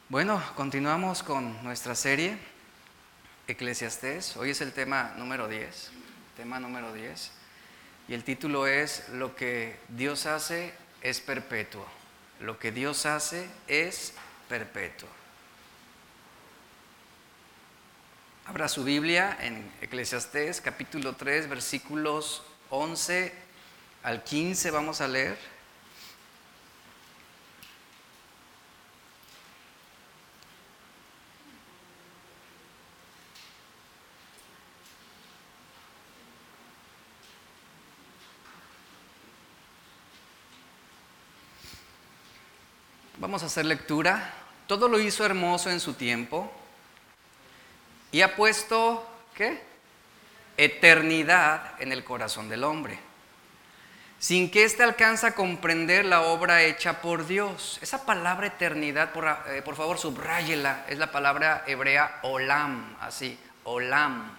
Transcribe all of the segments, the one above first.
Bueno, continuamos con nuestra serie Eclesiastés. Hoy es el tema número 10. Y el título es Lo que Dios hace es perpetuo. Lo que Dios hace es perpetuo. Abra su Biblia en Eclesiastés capítulo 3, versículos 11 al 15 vamos a leer. Vamos a hacer lectura. Todo lo hizo hermoso en su tiempo y ha puesto, ¿qué? Eternidad en el corazón del hombre, sin que éste alcance a comprender la obra hecha por Dios. Esa palabra eternidad, por favor, subráyela. Es la palabra hebrea olam, así, olam.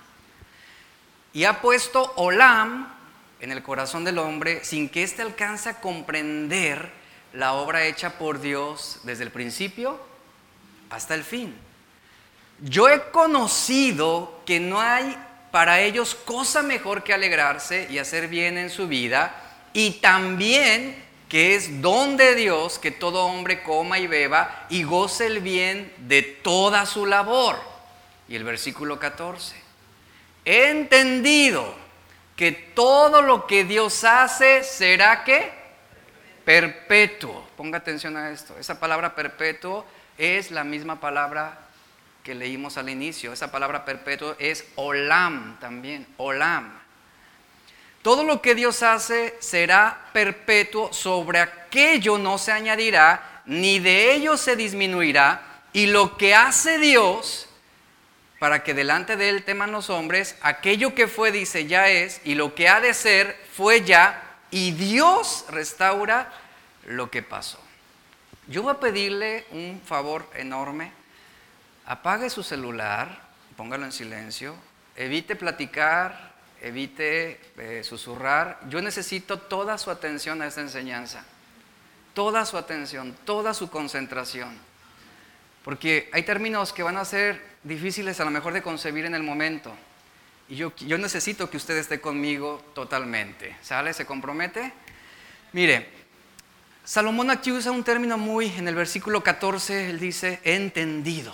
Y ha puesto olam en el corazón del hombre, sin que éste alcance a comprender la obra hecha por Dios desde el principio hasta el fin. Yo he conocido que no hay para ellos cosa mejor que alegrarse y hacer bien en su vida, y también que es don de Dios que todo hombre coma y beba y goce el bien de toda su labor. Y el versículo 14. He entendido que todo lo que Dios hace será ¿qué? Perpetuo. Ponga atención a esto. Esa palabra perpetuo es la misma palabra que leímos al inicio. Esa palabra perpetuo es olam también, olam. Todo lo que Dios hace será perpetuo, sobre aquello no se añadirá, ni de ello se disminuirá, y lo que hace Dios, para que delante de él teman los hombres, aquello que fue, dice, ya es, y lo que ha de ser, fue ya, y Dios restaura lo que pasó. Yo voy a pedirle un favor enorme. Apague su celular, póngalo en silencio, evite platicar, evite susurrar. Yo necesito toda su atención a esta enseñanza, toda su atención, toda su concentración, porque hay términos que van a ser difíciles a lo mejor de concebir en el momento, y yo necesito que usted esté conmigo totalmente. ¿Sale? ¿Se compromete? Mire, Salomón aquí usa un término en el versículo 14, él dice, he entendido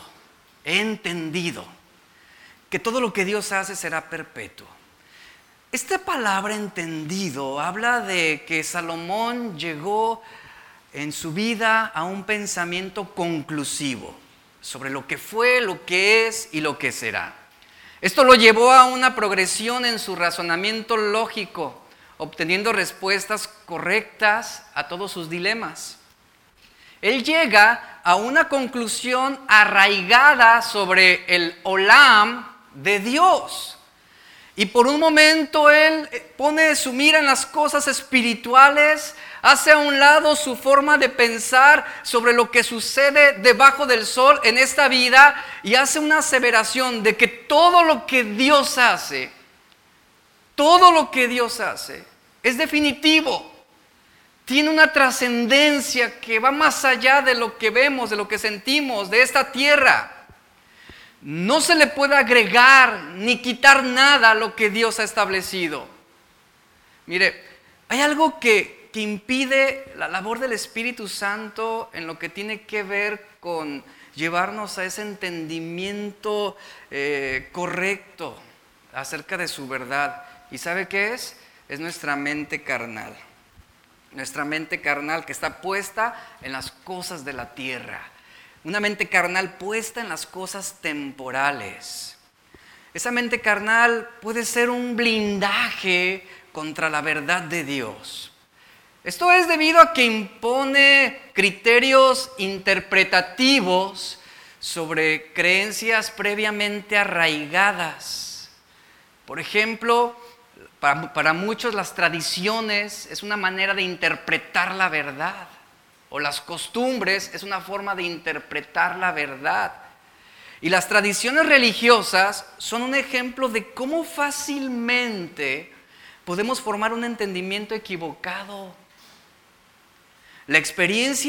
que todo lo que Dios hace será perpetuo. Esta palabra entendido habla de que Salomón llegó en su vida a un pensamiento conclusivo sobre lo que fue, lo que es y lo que será. Esto lo llevó a una progresión en su razonamiento lógico, obteniendo respuestas correctas a todos sus dilemas. Él llega a una conclusión arraigada sobre el olam de Dios. Y por un momento él pone su mira en las cosas espirituales, hace a un lado su forma de pensar sobre lo que sucede debajo del sol en esta vida y hace una aseveración de que todo lo que Dios hace es definitivo. Tiene una trascendencia que va más allá de lo que vemos, de lo que sentimos, de esta tierra. No se le puede agregar ni quitar nada a lo que Dios ha establecido. Mire, hay algo que impide la labor del Espíritu Santo en lo que tiene que ver con llevarnos a ese entendimiento correcto acerca de su verdad. ¿Y sabe qué es? Es nuestra mente carnal. Nuestra mente carnal que está puesta en las cosas de la tierra. Una mente carnal puesta en las cosas temporales. Esa mente carnal puede ser un blindaje contra la verdad de Dios. Esto es debido a que impone criterios interpretativos sobre creencias previamente arraigadas. Por ejemplo, para muchos las tradiciones es una manera de interpretar la verdad, o las costumbres es una forma de interpretar la verdad. Y las tradiciones religiosas son un ejemplo de cómo fácilmente podemos formar un entendimiento equivocado. La experiencia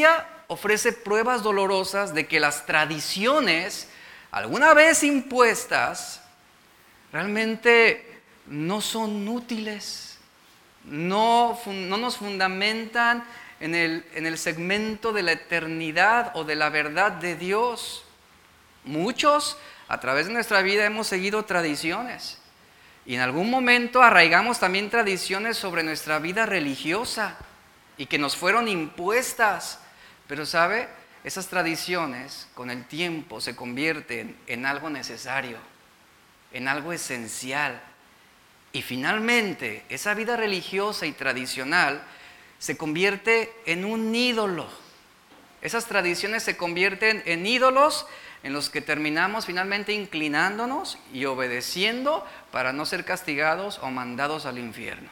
ofrece pruebas dolorosas de que las tradiciones, alguna vez impuestas, realmente no son útiles, no nos fundamentan en el segmento de la eternidad o de la verdad de Dios. Muchos a través de nuestra vida hemos seguido tradiciones y en algún momento arraigamos también tradiciones sobre nuestra vida religiosa y que nos fueron impuestas. Pero ¿sabe? Esas tradiciones con el tiempo se convierten en algo necesario, en algo esencial. Y finalmente esa vida religiosa y tradicional se convierte en un ídolo. Esas tradiciones se convierten en ídolos en los que terminamos finalmente inclinándonos y obedeciendo para no ser castigados o mandados al infierno.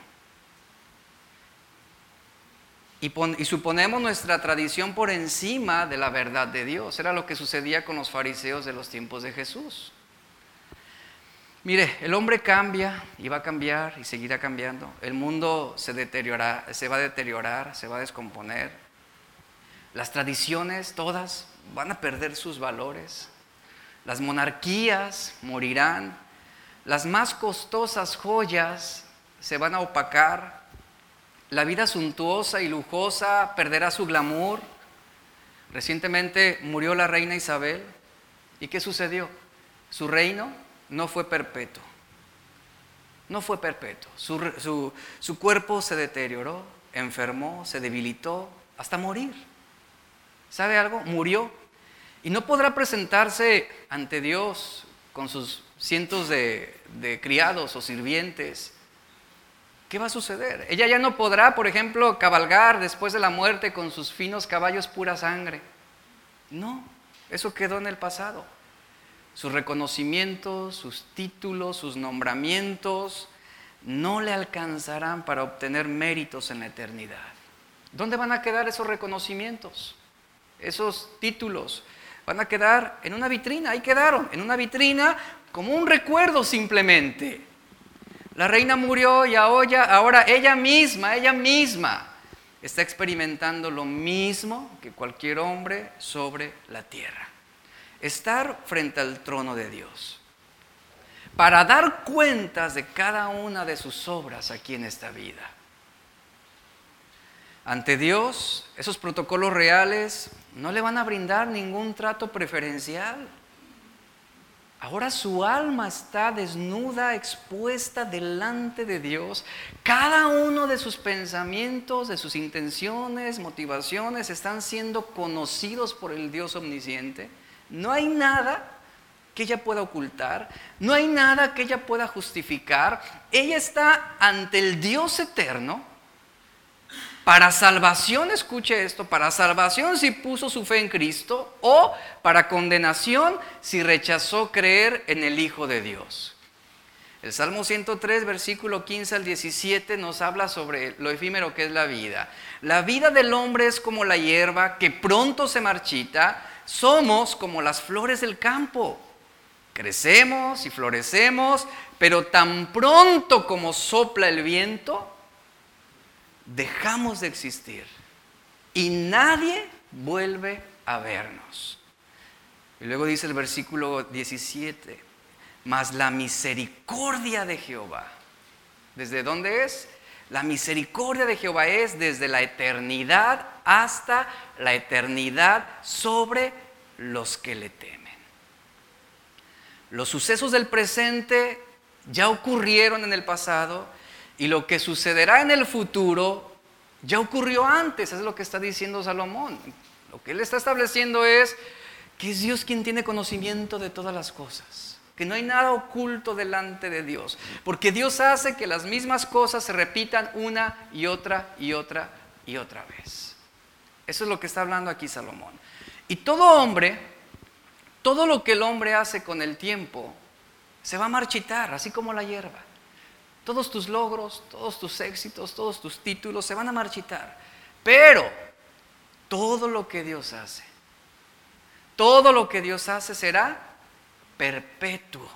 Y suponemos nuestra tradición por encima de la verdad de Dios. Era lo que sucedía con los fariseos de los tiempos de Jesús. Mire, el hombre cambia y va a cambiar y seguirá cambiando. El mundo se va a deteriorar, se va a descomponer. Las tradiciones todas van a perder sus valores. Las monarquías morirán. Las más costosas joyas se van a opacar. La vida suntuosa y lujosa perderá su glamour. Recientemente murió la reina Isabel. ¿Y qué sucedió? Su reino no fue perpetuo. No fue perpetuo. Su cuerpo se deterioró, enfermó, se debilitó, hasta morir. ¿Sabe algo? Murió. Y no podrá presentarse ante Dios con sus cientos de criados o sirvientes. ¿Qué va a suceder? Ella ya no podrá, por ejemplo, cabalgar después de la muerte con sus finos caballos pura sangre. No, eso quedó en el pasado. Sus reconocimientos, sus títulos, sus nombramientos no le alcanzarán para obtener méritos en la eternidad. ¿Dónde van a quedar esos reconocimientos? Esos títulos van a quedar en una vitrina. Ahí quedaron, en una vitrina como un recuerdo simplemente. La reina murió y ahora ella misma está experimentando lo mismo que cualquier hombre sobre la tierra. Estar frente al trono de Dios para dar cuentas de cada una de sus obras aquí en esta vida. Ante Dios, esos protocolos reales no le van a brindar ningún trato preferencial. Ahora su alma está desnuda, expuesta delante de Dios. Cada uno de sus pensamientos, de sus intenciones, motivaciones están siendo conocidos por el Dios omnisciente. No hay nada que ella pueda ocultar, no hay nada que ella pueda justificar. Ella está ante el Dios eterno. Para salvación, escuche esto, para salvación si puso su fe en Cristo o para condenación si rechazó creer en el Hijo de Dios. El Salmo 103, versículo 15 al 17 nos habla sobre lo efímero que es la vida. La vida del hombre es como la hierba que pronto se marchita, somos como las flores del campo. Crecemos y florecemos, pero tan pronto como sopla el viento, dejamos de existir y nadie vuelve a vernos. Y luego dice el versículo 17, mas la misericordia de Jehová, ¿desde dónde es? La misericordia de Jehová es desde la eternidad hasta la eternidad sobre los que le temen. Los sucesos del presente ya ocurrieron en el pasado. Y lo que sucederá en el futuro ya ocurrió antes, es lo que está diciendo Salomón. Lo que él está estableciendo es que es Dios quien tiene conocimiento de todas las cosas, que no hay nada oculto delante de Dios, porque Dios hace que las mismas cosas se repitan una y otra y otra y otra vez. Eso es lo que está hablando aquí Salomón. Y todo lo que el hombre hace con el tiempo, se va a marchitar, así como la hierba. Todos tus logros, todos tus éxitos, todos tus títulos se van a marchitar. Pero todo lo que Dios hace será perpetuo.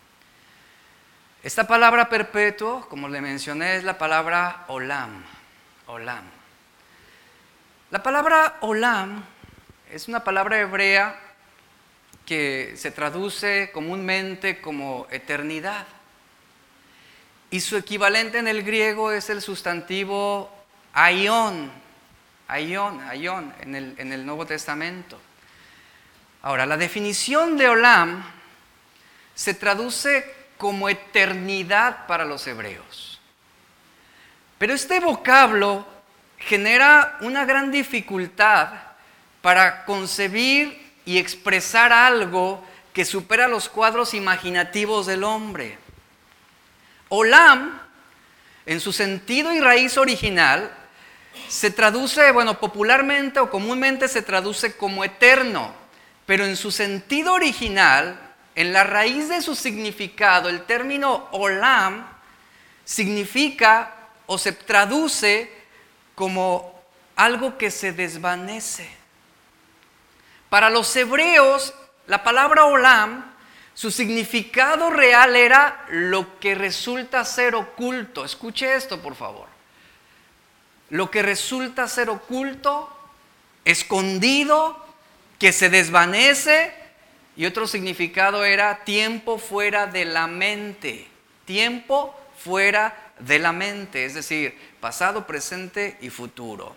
Esta palabra perpetuo, como le mencioné, es la palabra olam. La palabra olam es una palabra hebrea que se traduce comúnmente como eternidad. Y su equivalente en el griego es el sustantivo aion, en el Nuevo Testamento. Ahora, la definición de olam se traduce como eternidad para los hebreos. Pero este vocablo genera una gran dificultad para concebir y expresar algo que supera los cuadros imaginativos del hombre. Olam, en su sentido y raíz original, se traduce, popularmente o comúnmente se traduce como eterno, pero en su sentido original, en la raíz de su significado, el término olam significa o se traduce como algo que se desvanece. Para los hebreos, la palabra olam, su significado real era lo que resulta ser oculto. Escuche esto, por favor. Lo que resulta ser oculto, escondido, que se desvanece, y otro significado era tiempo fuera de la mente. Tiempo fuera de la mente, es decir, pasado, presente y futuro.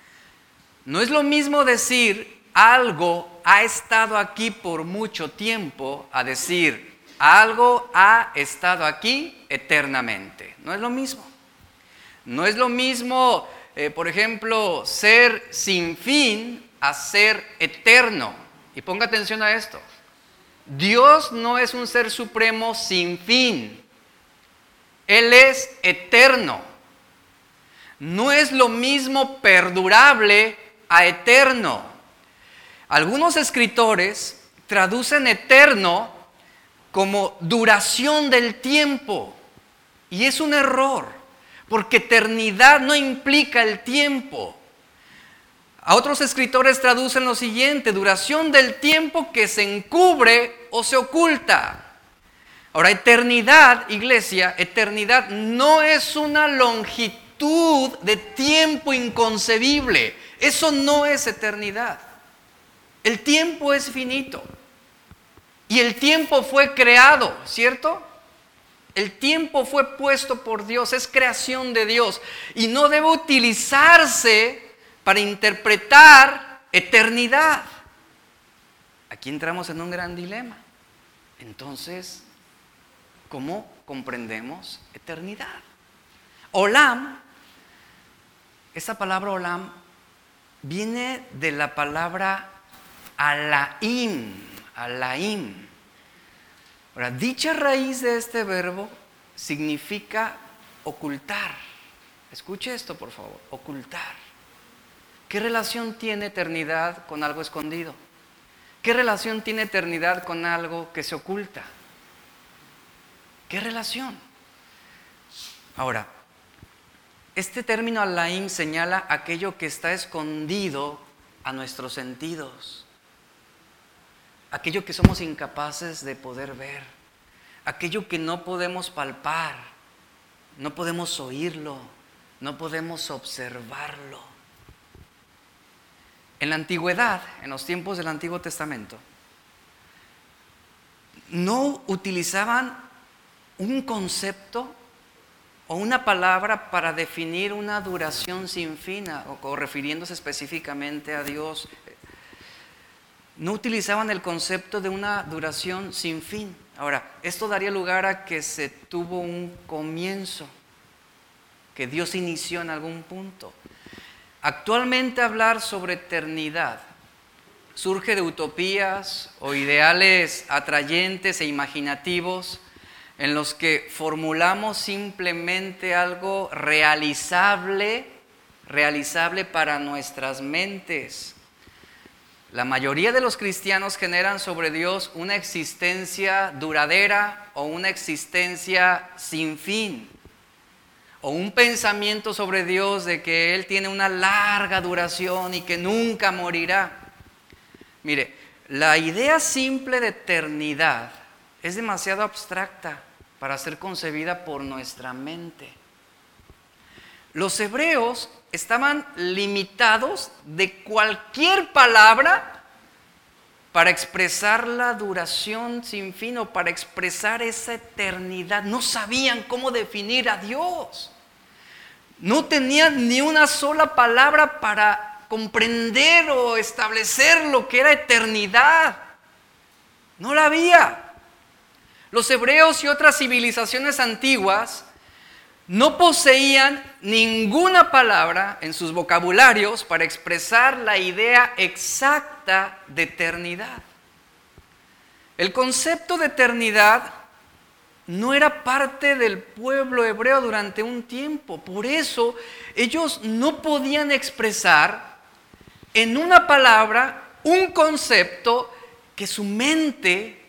No es lo mismo decir algo ha estado aquí por mucho tiempo a decir algo ha estado aquí eternamente. No es lo mismo. No es lo mismo, por ejemplo, ser sin fin a ser eterno. Y ponga atención a esto. Dios no es un ser supremo sin fin. Él es eterno. No es lo mismo perdurable a eterno. Algunos escritores traducen eterno como duración del tiempo. Y es un error, porque eternidad no implica el tiempo. A otros escritores traducen lo siguiente: duración del tiempo que se encubre o se oculta. Ahora, eternidad, iglesia, eternidad no es una longitud de tiempo inconcebible. Eso no es eternidad. El tiempo es finito. Y el tiempo fue creado, ¿cierto? El tiempo fue puesto por Dios, es creación de Dios. Y no debe utilizarse para interpretar eternidad. Aquí entramos en un gran dilema. Entonces, ¿cómo comprendemos eternidad? Olam, esa palabra olam, viene de la palabra alaim. Ahora, dicha raíz de este verbo significa ocultar. Escuche esto, por favor, ocultar. ¿Qué relación tiene eternidad con algo escondido? ¿Qué relación tiene eternidad con algo que se oculta? ¿Qué relación? Ahora, este término alaim señala aquello que está escondido a nuestros sentidos, aquello que somos incapaces de poder ver, aquello que no podemos palpar, no podemos oírlo, no podemos observarlo. En la antigüedad, en los tiempos del Antiguo Testamento, no utilizaban un concepto o una palabra para definir una duración sin fin, o refiriéndose específicamente a Dios. No utilizaban el concepto de una duración sin fin. Ahora, esto daría lugar a que se tuvo un comienzo, que Dios inició en algún punto. Actualmente hablar sobre eternidad surge de utopías o ideales atrayentes e imaginativos en los que formulamos simplemente algo realizable para nuestras mentes. La mayoría de los cristianos generan sobre Dios una existencia duradera o una existencia sin fin, o un pensamiento sobre Dios de que Él tiene una larga duración y que nunca morirá. Mire, la idea simple de eternidad es demasiado abstracta para ser concebida por nuestra mente. Los hebreos estaban limitados de cualquier palabra para expresar la duración sin fin o para expresar esa eternidad. No sabían cómo definir a Dios. No tenían ni una sola palabra para comprender o establecer lo que era eternidad. No la había. Los hebreos y otras civilizaciones antiguas no poseían ninguna palabra en sus vocabularios para expresar la idea exacta de eternidad. El concepto de eternidad no era parte del pueblo hebreo durante un tiempo. Por eso ellos no podían expresar en una palabra un concepto que su mente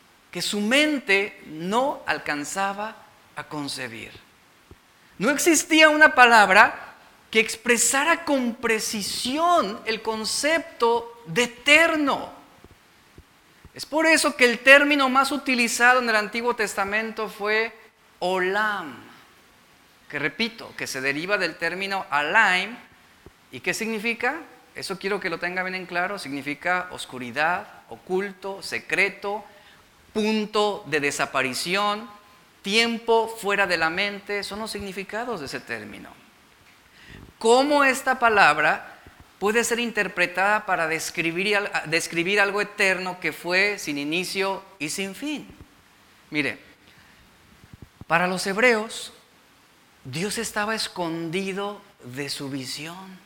no alcanzaba a concebir. No existía una palabra que expresara con precisión el concepto de eterno. Es por eso que el término más utilizado en el Antiguo Testamento fue olam, que repito, que se deriva del término alaim. ¿Y qué significa? Eso quiero que lo tenga bien en claro. Significa oscuridad, oculto, secreto, punto de desaparición, tiempo fuera de la mente. Son los significados de ese término. ¿Cómo esta palabra puede ser interpretada para describir algo eterno que fue sin inicio y sin fin? Mire, para los hebreos, Dios estaba escondido de su visión.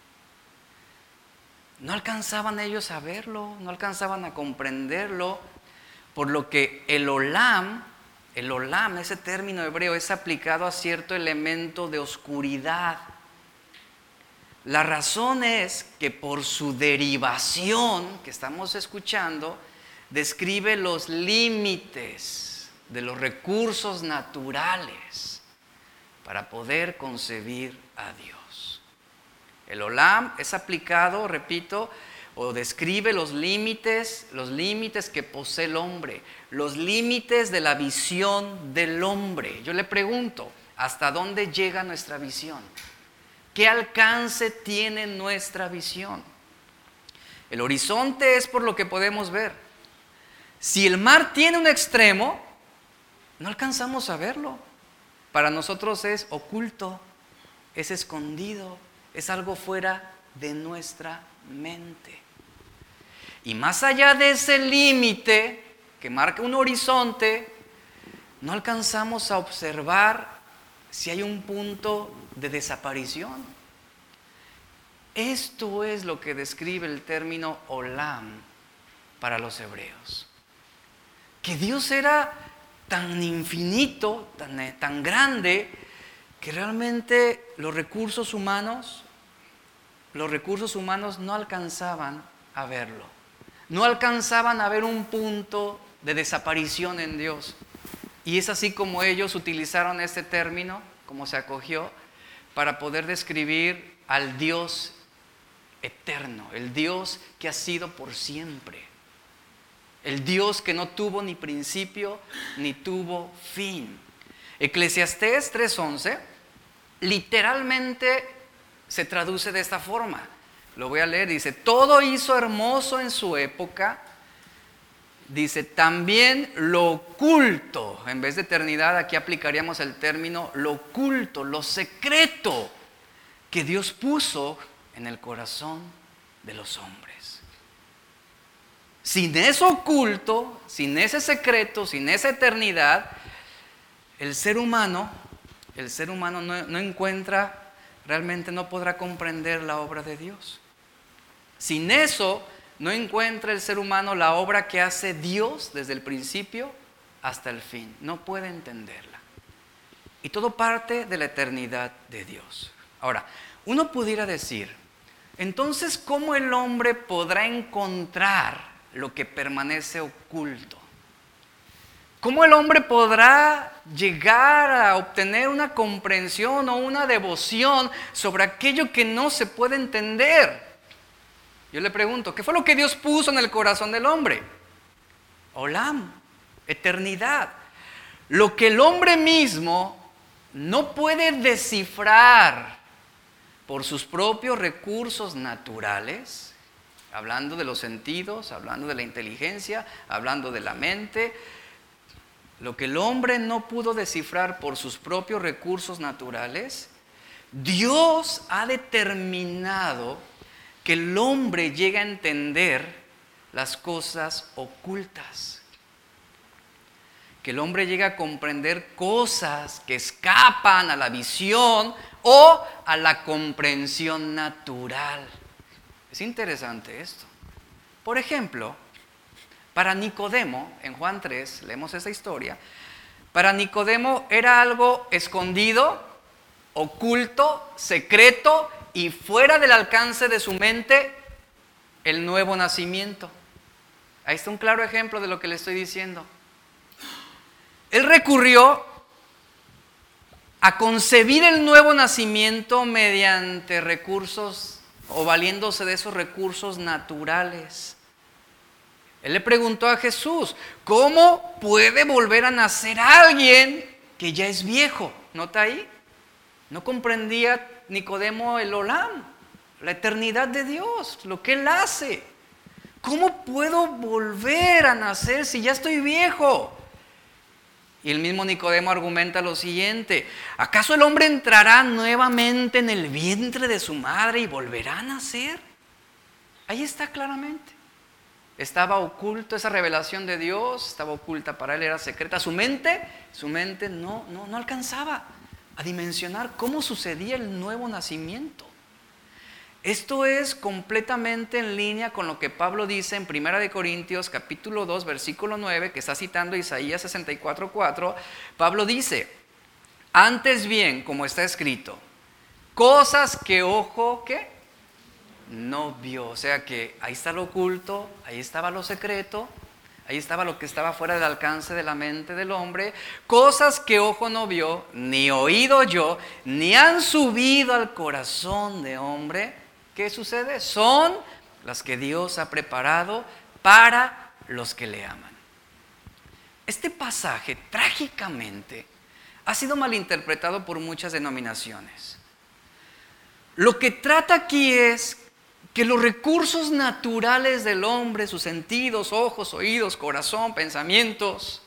No alcanzaban ellos a verlo, no alcanzaban a comprenderlo, por lo que el olam, ese término hebreo, es aplicado a cierto elemento de oscuridad. La razón es que por su derivación que estamos escuchando, describe los límites de los recursos naturales para poder concebir a Dios. El olam es aplicado, repito, o describe los límites que posee el hombre, los límites de la visión del hombre. Yo le pregunto, ¿hasta dónde llega nuestra visión? ¿Qué alcance tiene nuestra visión? El horizonte es por lo que podemos ver. Si el mar tiene un extremo, no alcanzamos a verlo. Para nosotros es oculto, es escondido, es algo fuera de nuestra mente. Y más allá de ese límite que marca un horizonte, no alcanzamos a observar si hay un punto de desaparición. Esto es lo que describe el término olam para los hebreos. Que Dios era tan infinito, tan grande, que realmente los recursos humanos no alcanzaban a verlo. No alcanzaban a ver un punto de desaparición en Dios. Y es así como ellos utilizaron este término, como se acogió, para poder describir al Dios eterno, el Dios que ha sido por siempre, el Dios que no tuvo ni principio ni tuvo fin. Eclesiastés 3:11 literalmente se traduce de esta forma. Lo voy a leer, dice: todo hizo hermoso en su época. Dice, también lo oculto, en vez de eternidad, aquí aplicaríamos el término lo oculto, lo secreto que Dios puso en el corazón de los hombres. Sin eso oculto, sin ese secreto, sin esa eternidad, el ser humano no encuentra, realmente no podrá comprender la obra de Dios. Sin eso, no encuentra el ser humano la obra que hace Dios desde el principio hasta el fin. No puede entenderla. Y todo parte de la eternidad de Dios. Ahora, uno pudiera decir, entonces, ¿cómo el hombre podrá encontrar lo que permanece oculto? ¿Cómo el hombre podrá llegar a obtener una comprensión o una devoción sobre aquello que no se puede entender? Yo le pregunto, ¿qué fue lo que Dios puso en el corazón del hombre? Olam, eternidad. Lo que el hombre mismo no puede descifrar por sus propios recursos naturales, hablando de los sentidos, hablando de la inteligencia, hablando de la mente. Lo que el hombre no pudo descifrar por sus propios recursos naturales, Dios ha determinado que el hombre llegue a entender las cosas ocultas. Que el hombre llegue a comprender cosas que escapan a la visión o a la comprensión natural. Es interesante esto. Por ejemplo, para Nicodemo, en Juan 3, leemos esa historia, para Nicodemo era algo escondido, oculto, secreto y fuera del alcance de su mente el nuevo nacimiento. Ahí está un claro ejemplo de lo que le estoy diciendo. Él recurrió a concebir el nuevo nacimiento mediante recursos o valiéndose de esos recursos naturales. Él le preguntó a Jesús, ¿cómo puede volver a nacer alguien que ya es viejo? ¿Nota ahí? No comprendía Nicodemo el Olam, la eternidad de Dios, lo que Él hace. ¿Cómo puedo volver a nacer si ya estoy viejo? Y el mismo Nicodemo argumenta lo siguiente, ¿acaso el hombre entrará nuevamente en el vientre de su madre y volverá a nacer? Ahí está claramente. Estaba oculto, esa revelación de Dios estaba oculta para él, era secreta. Su mente no alcanzaba a dimensionar cómo sucedía el nuevo nacimiento. Esto es completamente en línea con lo que Pablo dice en 1 Corintios capítulo 2, versículo 9, que está citando Isaías 64:4. Pablo dice, antes bien, como está escrito, cosas que ojo, ¿qué? No vio. O sea que ahí está lo oculto, ahí estaba lo secreto, ahí estaba lo que estaba fuera del alcance de la mente del hombre. Cosas que ojo no vio, ni oído yo, ni han subido al corazón de hombre. ¿Qué sucede? Son las que Dios ha preparado para los que le aman. Este pasaje, trágicamente, ha sido malinterpretado por muchas denominaciones. Lo que trata aquí es que los recursos naturales del hombre, sus sentidos, ojos, oídos, corazón, pensamientos,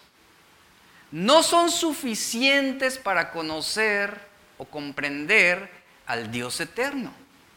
no son suficientes para conocer o comprender al Dios eterno.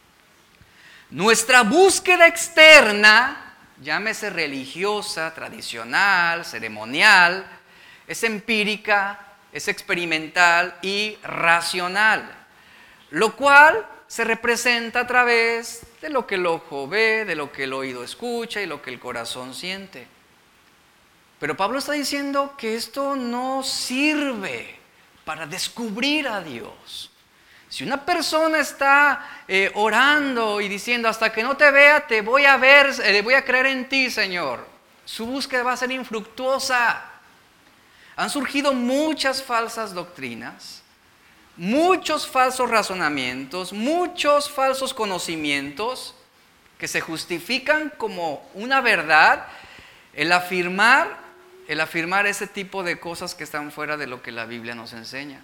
Nuestra búsqueda externa, llámese religiosa, tradicional, ceremonial, es empírica, es experimental y racional, lo cual se representa a través de lo que el ojo ve, de lo que el oído escucha y lo que el corazón siente. Pero Pablo está diciendo que esto no sirve para descubrir a Dios. Si una persona está orando y diciendo, hasta que no te vea, te voy a ver, voy a creer en ti, Señor, su búsqueda va a ser infructuosa. Han surgido muchas falsas doctrinas, muchos falsos razonamientos, muchos falsos conocimientos que se justifican como una verdad, el afirmar ese tipo de cosas que están fuera de lo que la Biblia nos enseña.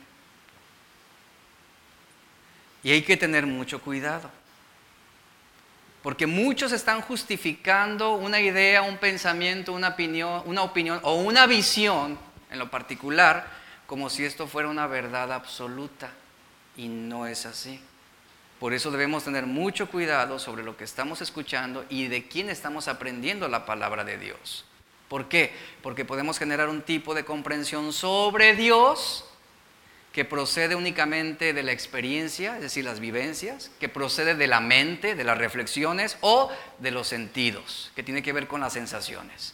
Y hay que tener mucho cuidado, porque muchos están justificando una idea, un pensamiento, una opinión o una visión en lo particular, como si esto fuera una verdad absoluta, y no es así. Por eso debemos tener mucho cuidado sobre lo que estamos escuchando y de quién estamos aprendiendo la palabra de Dios. ¿Por qué? Porque podemos generar un tipo de comprensión sobre Dios que procede únicamente de la experiencia, es decir, las vivencias, que procede de la mente, de las reflexiones o de los sentidos, que tiene que ver con las sensaciones.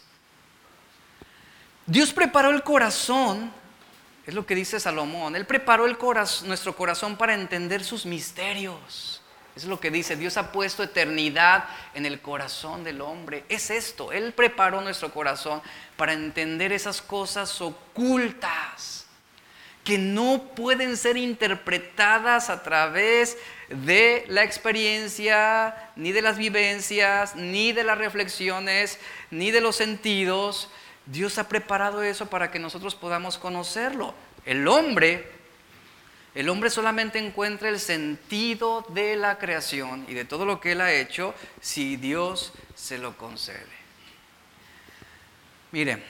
Dios preparó el corazón. Es lo que dice Salomón. Él preparó nuestro corazón para entender sus misterios. Es lo que dice. Dios ha puesto eternidad en el corazón del hombre. Es esto. Él preparó nuestro corazón para entender esas cosas ocultas que no pueden ser interpretadas a través de la experiencia, ni de las vivencias, ni de las reflexiones, ni de los sentidos. Dios ha preparado eso para que nosotros podamos conocerlo. El hombre el hombre solamente encuentra el sentido de la creación y de todo lo que Él ha hecho si Dios se lo concede. Mire,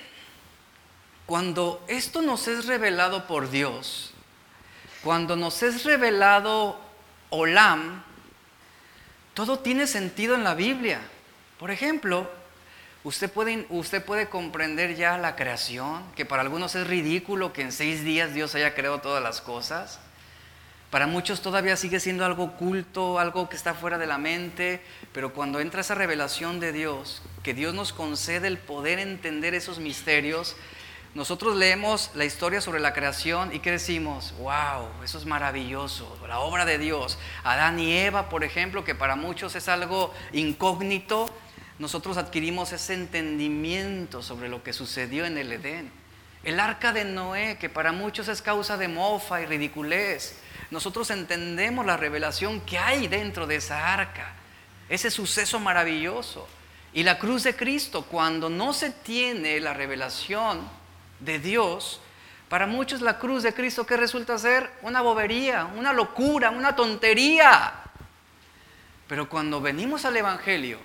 cuando esto nos es revelado por Dios, cuando nos es revelado Olam, todo tiene sentido en la Biblia. Por ejemplo, usted puede comprender ya la creación, que para algunos es ridículo que en 6 días Dios haya creado todas las cosas. Para muchos todavía sigue siendo algo oculto, algo que está fuera de la mente, pero cuando entra esa revelación de Dios, que Dios nos concede el poder entender esos misterios, nosotros leemos la historia sobre la creación y ¿qué decimos? ¡Wow! Eso es maravilloso, la obra de Dios. Adán y Eva, por ejemplo, que para muchos es algo incógnito, nosotros adquirimos ese entendimiento sobre lo que sucedió en el Edén. El arca de Noé, que para muchos es causa de mofa y ridiculez, nosotros entendemos la revelación que hay dentro de esa arca, ese suceso maravilloso. Y la cruz de Cristo, cuando no se tiene la revelación de Dios, para muchos la cruz de Cristo, ¿qué resulta ser? Una bobería, una locura, una tontería. Pero cuando venimos al Evangelio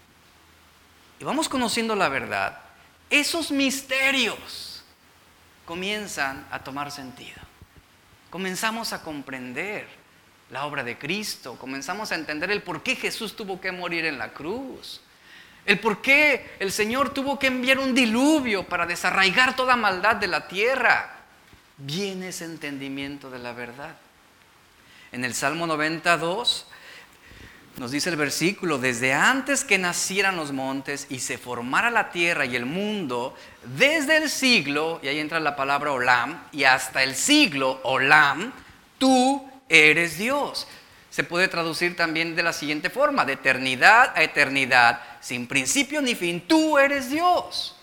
y vamos conociendo la verdad, esos misterios comienzan a tomar sentido. Comenzamos a comprender la obra de Cristo, comenzamos a entender el por qué Jesús tuvo que morir en la cruz, el por qué el Señor tuvo que enviar un diluvio para desarraigar toda maldad de la tierra. Viene ese entendimiento de la verdad. En el Salmo 92 nos dice el versículo: desde antes que nacieran los montes y se formara la tierra y el mundo, desde el siglo, y ahí entra la palabra Olam, y hasta el siglo, Olam, tú eres Dios. Se puede traducir también de la siguiente forma: de eternidad a eternidad, sin principio ni fin, tú eres Dios.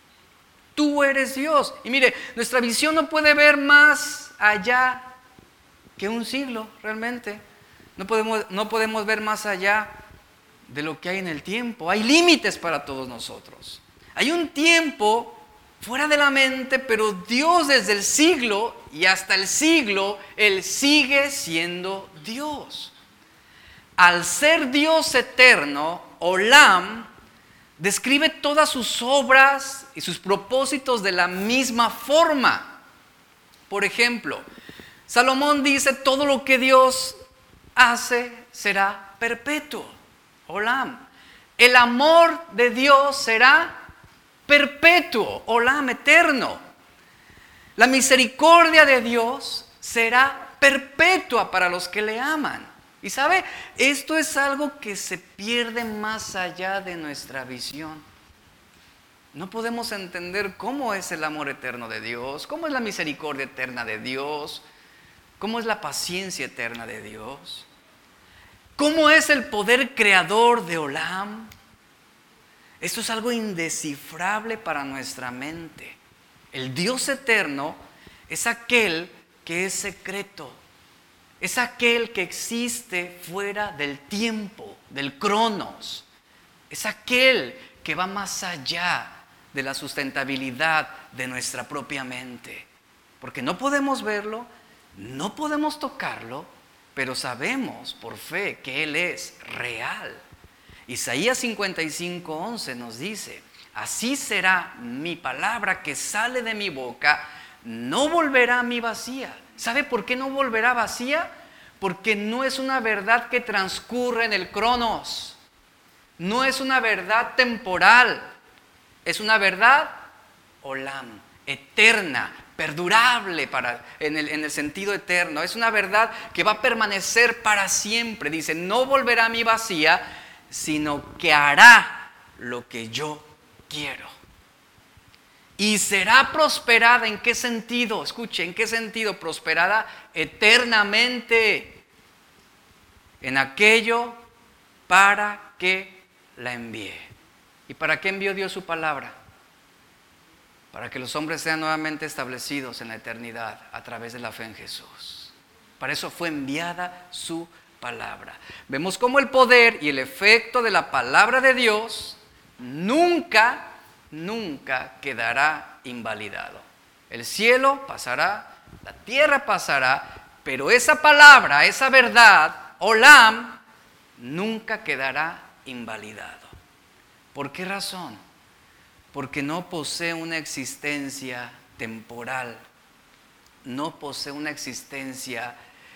Tú eres Dios. Y mire, nuestra visión no puede ver más allá que un siglo, realmente. No podemos ver más allá de lo que hay en el tiempo. Hay límites para todos nosotros. Hay un tiempo fuera de la mente, pero Dios desde el siglo y hasta el siglo, Él sigue siendo Dios. Al ser Dios eterno, Olam describe todas sus obras y sus propósitos de la misma forma. Por ejemplo, Salomón dice: todo lo que Dios hace será perpetuo. Olam. El amor de Dios será perpetuo. Olam, eterno. La misericordia de Dios será perpetua para los que le aman. Y sabe, esto es algo que se pierde más allá de nuestra visión. No podemos entender cómo es el amor eterno de Dios, cómo es la misericordia eterna de Dios, cómo es la paciencia eterna de Dios, cómo es el poder creador de Olam. Esto es algo indescifrable para nuestra mente. El Dios eterno es aquel que es secreto, es aquel que existe fuera del tiempo, del cronos, es aquel que va más allá de la sustentabilidad de nuestra propia mente, porque no podemos verlo, no podemos tocarlo, pero sabemos por fe que Él es real. Isaías 55:11 nos dice: así será mi palabra que sale de mi boca, no volverá a mí vacía. ¿Sabe por qué no volverá vacía? Porque no es una verdad que transcurre en el cronos, no es una verdad temporal, es una verdad Olam, eterna, perdurable en el sentido eterno. Es una verdad que va a permanecer para siempre. Dice: no volverá a mí vacía, sino que hará lo que yo quiero. Y será prosperada. ¿En qué sentido? Escuche, ¿en qué sentido? Prosperada eternamente en aquello para que la envíe. ¿Y para qué envió Dios su palabra? Para que los hombres sean nuevamente establecidos en la eternidad a través de la fe en Jesús. Para eso fue enviada su palabra. Vemos cómo el poder y el efecto de la palabra de Dios nunca quedará invalidado. El cielo pasará, la tierra pasará, Pero esa palabra, esa verdad, olam, nunca quedará invalidado. ¿Por qué razón? Porque no posee una existencia temporal, no posee una existencia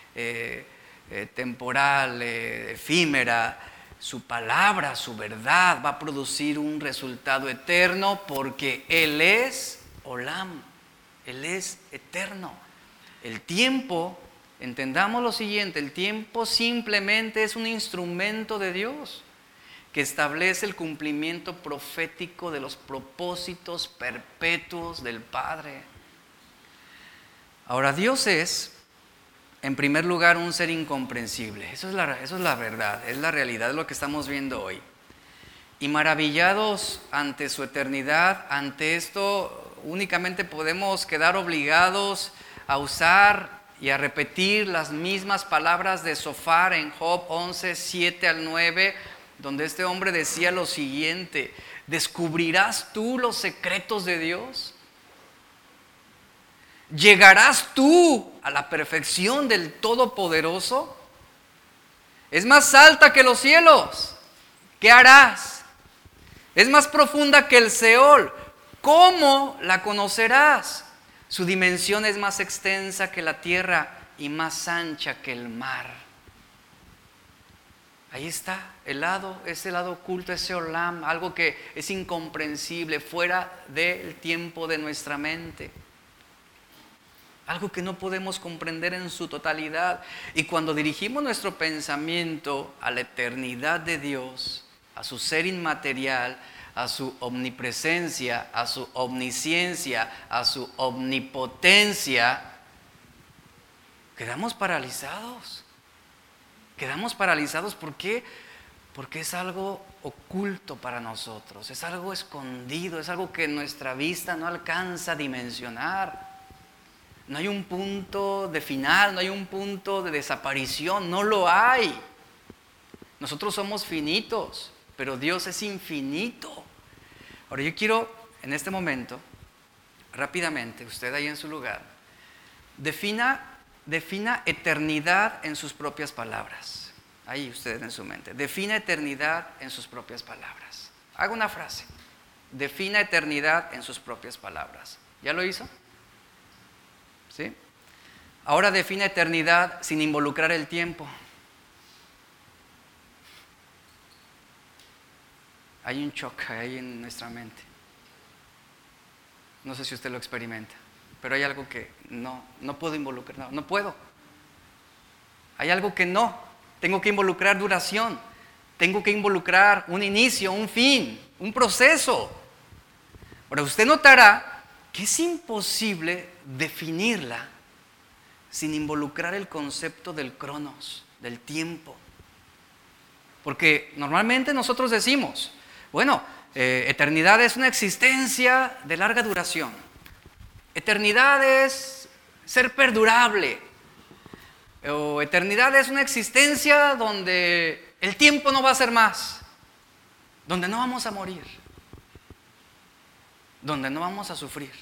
temporal, efímera. Su palabra, su verdad va a producir un resultado eterno porque Él es olam, Él es eterno. El tiempo, entendamos lo siguiente, el tiempo simplemente es un instrumento de Dios que establece el cumplimiento profético de los propósitos perpetuos del Padre. Ahora, Dios es, en primer lugar, un ser incomprensible. Eso es la verdad, es la realidad, es lo que estamos viendo hoy. Y maravillados ante su eternidad, ante esto únicamente podemos quedar obligados a usar y a repetir las mismas palabras de Zofar en Job 11, 7 al 9, donde este hombre decía lo siguiente: ¿descubrirás tú los secretos de Dios? ¿Llegarás tú a la perfección del Todopoderoso? Es más alta que los cielos. ¿Qué harás? Es más profunda que el Seol. ¿Cómo la conocerás? Su dimensión es más extensa que la tierra y más ancha que el mar. Ahí está ese lado oculto, ese olam, algo que es incomprensible, fuera del tiempo de nuestra mente. Algo que no podemos comprender en su totalidad. Y cuando dirigimos nuestro pensamiento a la eternidad de Dios, a su ser inmaterial, a su omnipresencia, a su omnisciencia, a su omnipotencia, quedamos paralizados. Quedamos paralizados, ¿por qué? Porque es algo oculto para nosotros, es algo escondido, es algo que nuestra vista no alcanza a dimensionar. No hay un punto de final, no hay un punto de desaparición, no lo hay. Nosotros somos finitos, pero Dios es infinito. Ahora yo quiero, en este momento, rápidamente, usted ahí en su lugar, defina eternidad en sus propias palabras. Ahí usted en su mente. Defina eternidad en sus propias palabras. Haga una frase. Defina eternidad en sus propias palabras. ¿Ya lo hizo? ¿Sí? Ahora define eternidad sin involucrar el tiempo. Hay un choque ahí en nuestra mente. No sé si usted lo experimenta, pero hay algo que no puedo involucrar, no puedo. Hay algo que tengo que involucrar duración, tengo que involucrar un inicio, un fin, un proceso. Ahora usted notará que es imposible definirla sin involucrar el concepto del cronos, del tiempo. Porque normalmente nosotros decimos, bueno, eternidad es una existencia de larga duración. Eternidad es ser perdurable. O eternidad es una existencia donde el tiempo no va a ser más, donde no vamos a morir, donde no vamos a sufrir.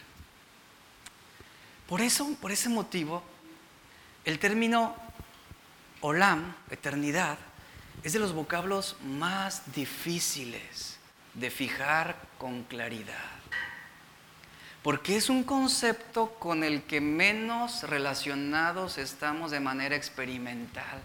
Por ese motivo, el término olam, eternidad, es de los vocablos más difíciles de fijar con claridad. Porque es un concepto con el que menos relacionados estamos de manera experimental.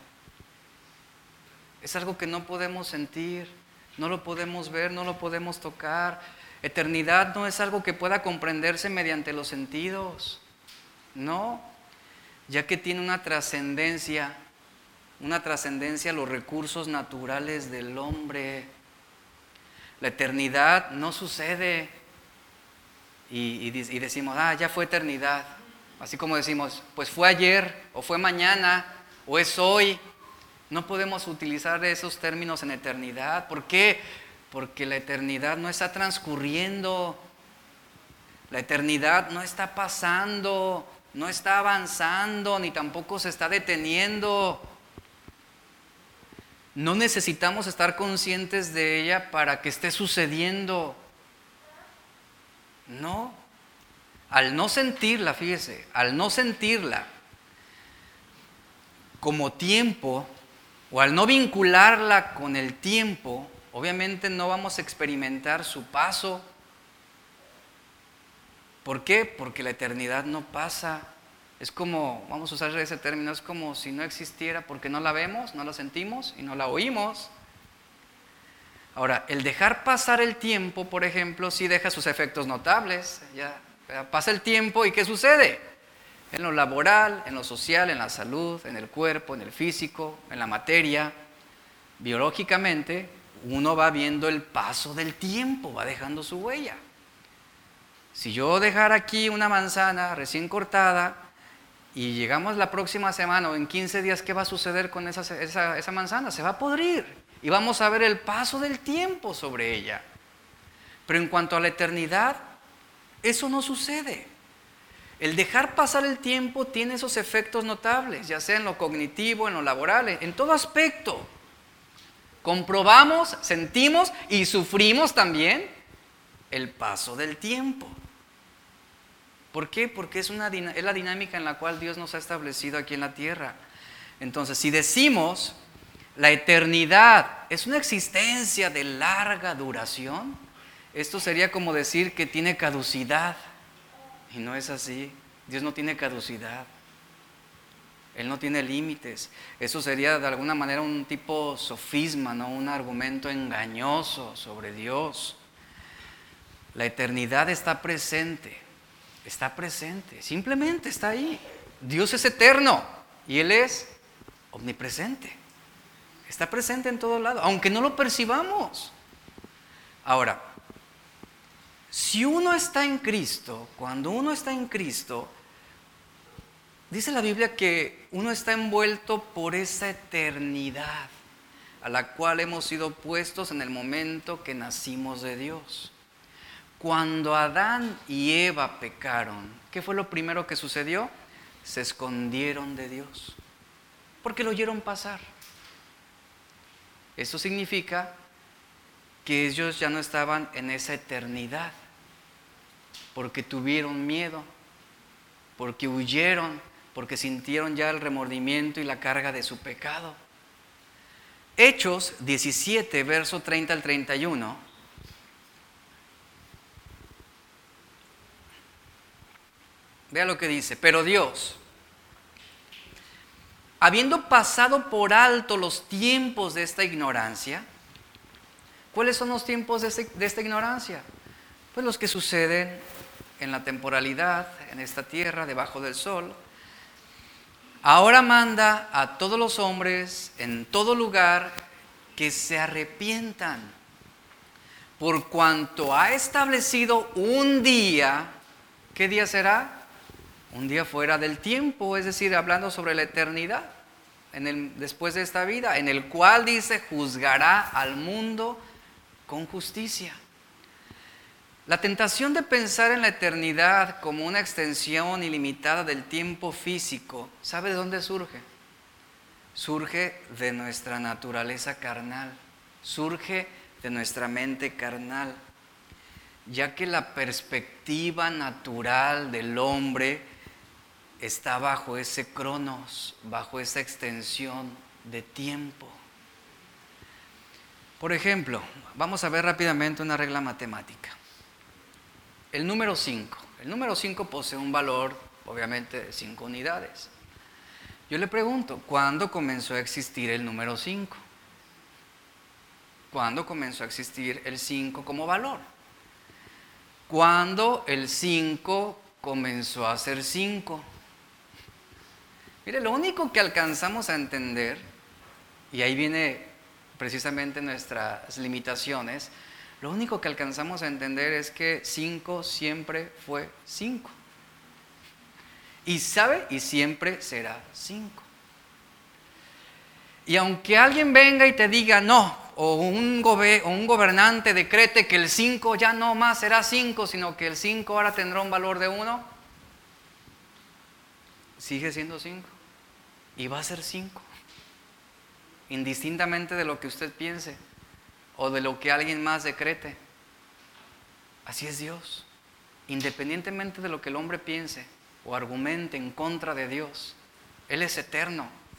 Es algo que no podemos sentir, no lo podemos ver, no lo podemos tocar. Eternidad no es algo que pueda comprenderse mediante los sentidos. No, ya que tiene una trascendencia a los recursos naturales del hombre. La eternidad no sucede y decimos, ya fue eternidad. Así como decimos, pues fue ayer, o fue mañana, o es hoy. No podemos utilizar esos términos en eternidad. ¿Por qué? Porque la eternidad no está transcurriendo. La eternidad no está pasando, no está avanzando, ni tampoco se está deteniendo. No necesitamos estar conscientes de ella para que esté sucediendo. No. Al no sentirla, fíjese, al no sentirla, como tiempo, o al no vincularla con el tiempo, obviamente no vamos a experimentar su paso. ¿Por qué? Porque la eternidad no pasa. Es como, vamos a usar ese término, es como si no existiera porque no la vemos, no la sentimos y no la oímos. Ahora, el dejar pasar el tiempo, por ejemplo, sí deja sus efectos notables. Ya pasa el tiempo y ¿qué sucede? En lo laboral, en lo social, en la salud, en el cuerpo, en el físico, en la materia. Biológicamente, uno va viendo el paso del tiempo, va dejando su huella. Si yo dejara aquí una manzana recién cortada y llegamos la próxima semana o en 15 días, ¿qué va a suceder con esa manzana? Se va a podrir y vamos a ver el paso del tiempo sobre ella. Pero en cuanto a la eternidad, eso no sucede. El dejar pasar el tiempo tiene esos efectos notables, ya sea en lo cognitivo, en lo laboral, en todo aspecto. Comprobamos, sentimos y sufrimos también el paso del tiempo. ¿Por qué? Porque es la dinámica en la cual Dios nos ha establecido aquí en la tierra. Entonces, si decimos la eternidad es una existencia de larga duración, esto sería como decir que tiene caducidad. Y no es así. Dios no tiene caducidad. Él no tiene límites. Eso sería de alguna manera un tipo sofisma, ¿no? Un argumento engañoso sobre Dios. La eternidad está presente, simplemente está ahí. Dios es eterno y Él es omnipresente. Está presente en todo lado, aunque no lo percibamos. Ahora, si uno está en Cristo, cuando uno está en Cristo, dice la Biblia que uno está envuelto por esa eternidad a la cual hemos sido puestos en el momento que nacimos de Dios. Cuando Adán y Eva pecaron, ¿qué fue lo primero que sucedió? Se escondieron de Dios, porque lo oyeron pasar. Eso significa que ellos ya no estaban en esa eternidad, porque tuvieron miedo, porque huyeron, porque sintieron ya el remordimiento y la carga de su pecado. Hechos 17, verso 30 al 31. Vea lo que dice. Pero Dios, habiendo pasado por alto los tiempos de esta ignorancia, ¿cuáles son los tiempos de esta ignorancia? Pues los que suceden en la temporalidad, en esta tierra, debajo del sol. Ahora manda a todos los hombres en todo lugar que se arrepientan, por cuanto ha establecido un día. ¿Qué día será? Un día fuera del tiempo, es decir, hablando sobre la eternidad, después de esta vida, en el cual dice, juzgará al mundo con justicia. La tentación de pensar en la eternidad como una extensión ilimitada del tiempo físico, ¿sabe de dónde surge? Surge de nuestra naturaleza carnal, surge de nuestra mente carnal, ya que la perspectiva natural del hombre está bajo ese cronos, bajo esa extensión de tiempo. Por ejemplo, vamos a ver rápidamente una regla matemática. El número 5. El número 5 posee un valor, obviamente, de 5 unidades. Yo le pregunto, ¿cuándo comenzó a existir el número 5? ¿Cuándo comenzó a existir el 5 como valor? ¿Cuándo el 5 comenzó a ser 5? Mire, lo único que alcanzamos a entender, y ahí viene precisamente nuestras limitaciones, lo único que alcanzamos a entender es que 5 siempre fue 5. Y sabe, y siempre será 5. Y aunque alguien venga y te diga no, o un gobernante decrete que el 5 ya no más será 5, sino que el 5 ahora tendrá un valor de 1, sigue siendo 5. Y va a ser 5. Indistintamente de lo que usted piense o de lo que alguien más decrete. Así es Dios. Independientemente de lo que el hombre piense o argumente en contra de Dios, Él es eterno.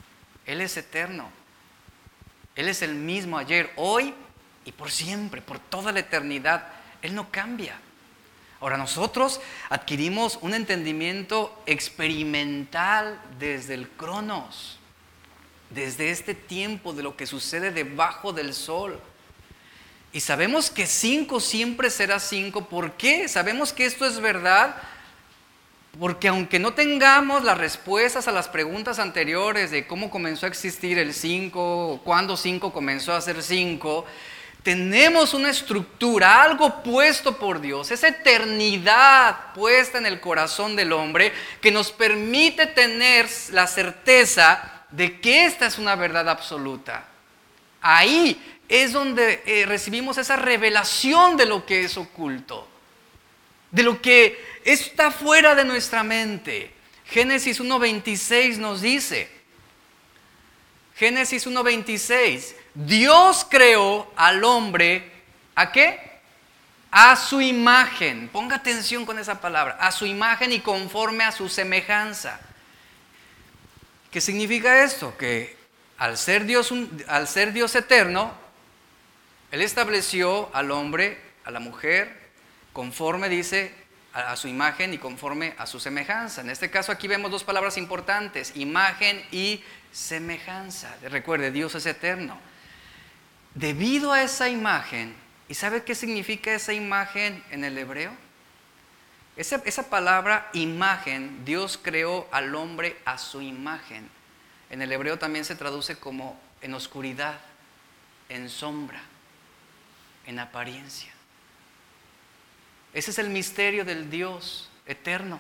Él es eterno. Él es el mismo ayer, hoy y por siempre, por toda la eternidad. Él no cambia. Ahora nosotros adquirimos un entendimiento experimental desde el Cronos, desde este tiempo de lo que sucede debajo del sol. Y sabemos que 5 siempre será 5. ¿Por qué? Sabemos que esto es verdad porque aunque no tengamos las respuestas a las preguntas anteriores de cómo comenzó a existir el 5, o cuándo 5 comenzó a ser 5, tenemos una estructura, algo puesto por Dios, esa eternidad puesta en el corazón del hombre que nos permite tener la certeza de que esta es una verdad absoluta. Ahí es donde recibimos esa revelación de lo que es oculto, de lo que está fuera de nuestra mente. Génesis 1:26 nos dice, Génesis 1:26, Dios creó al hombre, ¿a qué? A su imagen. Ponga atención con esa palabra, a su imagen y conforme a su semejanza. ¿Qué significa esto? Que al ser Dios eterno, Él estableció al hombre, a la mujer, conforme, dice, a su imagen y conforme a su semejanza. En este caso aquí vemos 2 palabras importantes, imagen y semejanza. Recuerde, Dios es eterno. Debido a esa imagen, ¿y sabe qué significa esa imagen en el hebreo? Esa palabra imagen, Dios creó al hombre a su imagen. En el hebreo también se traduce como en oscuridad, en sombra, en apariencia. Ese es el misterio del Dios eterno.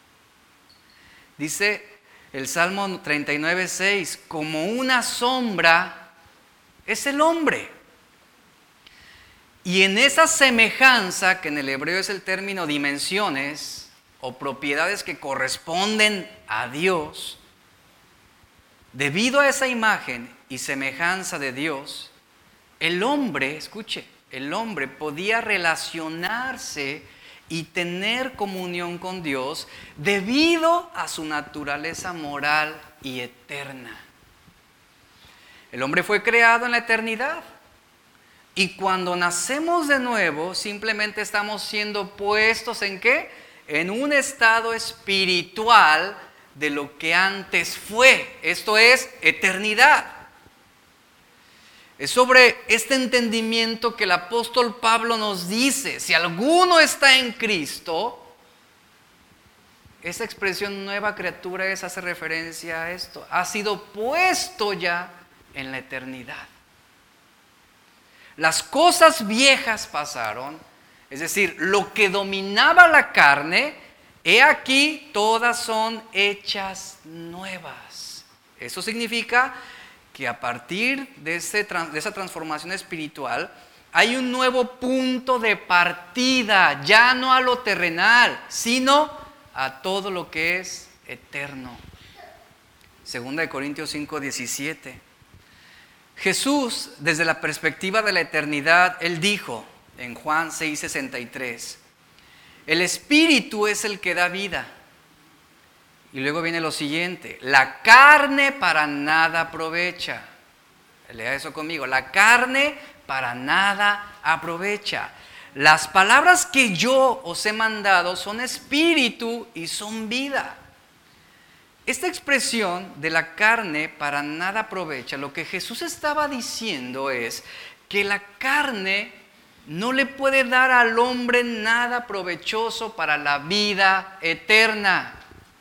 Dice el Salmo 39:6, como una sombra es el hombre. Y en esa semejanza, que en el hebreo es el término dimensiones o propiedades que corresponden a Dios, debido a esa imagen y semejanza de Dios, el hombre, escuche, el hombre podía relacionarse y tener comunión con Dios debido a su naturaleza moral y eterna. El hombre fue creado en la eternidad y cuando nacemos de nuevo simplemente estamos siendo puestos ¿en qué? En un estado espiritual de lo que antes fue, esto es eternidad. Es sobre este entendimiento que el apóstol Pablo nos dice, si alguno está en Cristo, esa expresión nueva criatura hace referencia a esto, ha sido puesto ya en la eternidad. Las cosas viejas pasaron, es decir, lo que dominaba la carne, he aquí todas son hechas nuevas. Eso significa que a partir de esa transformación espiritual hay un nuevo punto de partida, ya no a lo terrenal, sino a todo lo que es eterno. 2 Corintios 5:17. Jesús, desde la perspectiva de la eternidad, Él dijo en Juan 6:63, el Espíritu es el que da vida. Y luego viene lo siguiente, la carne para nada aprovecha. Lea eso conmigo, la carne para nada aprovecha. Las palabras que yo os he mandado son espíritu y son vida. Esta expresión de la carne para nada aprovecha, lo que Jesús estaba diciendo es que la carne no le puede dar al hombre nada provechoso para la vida eterna.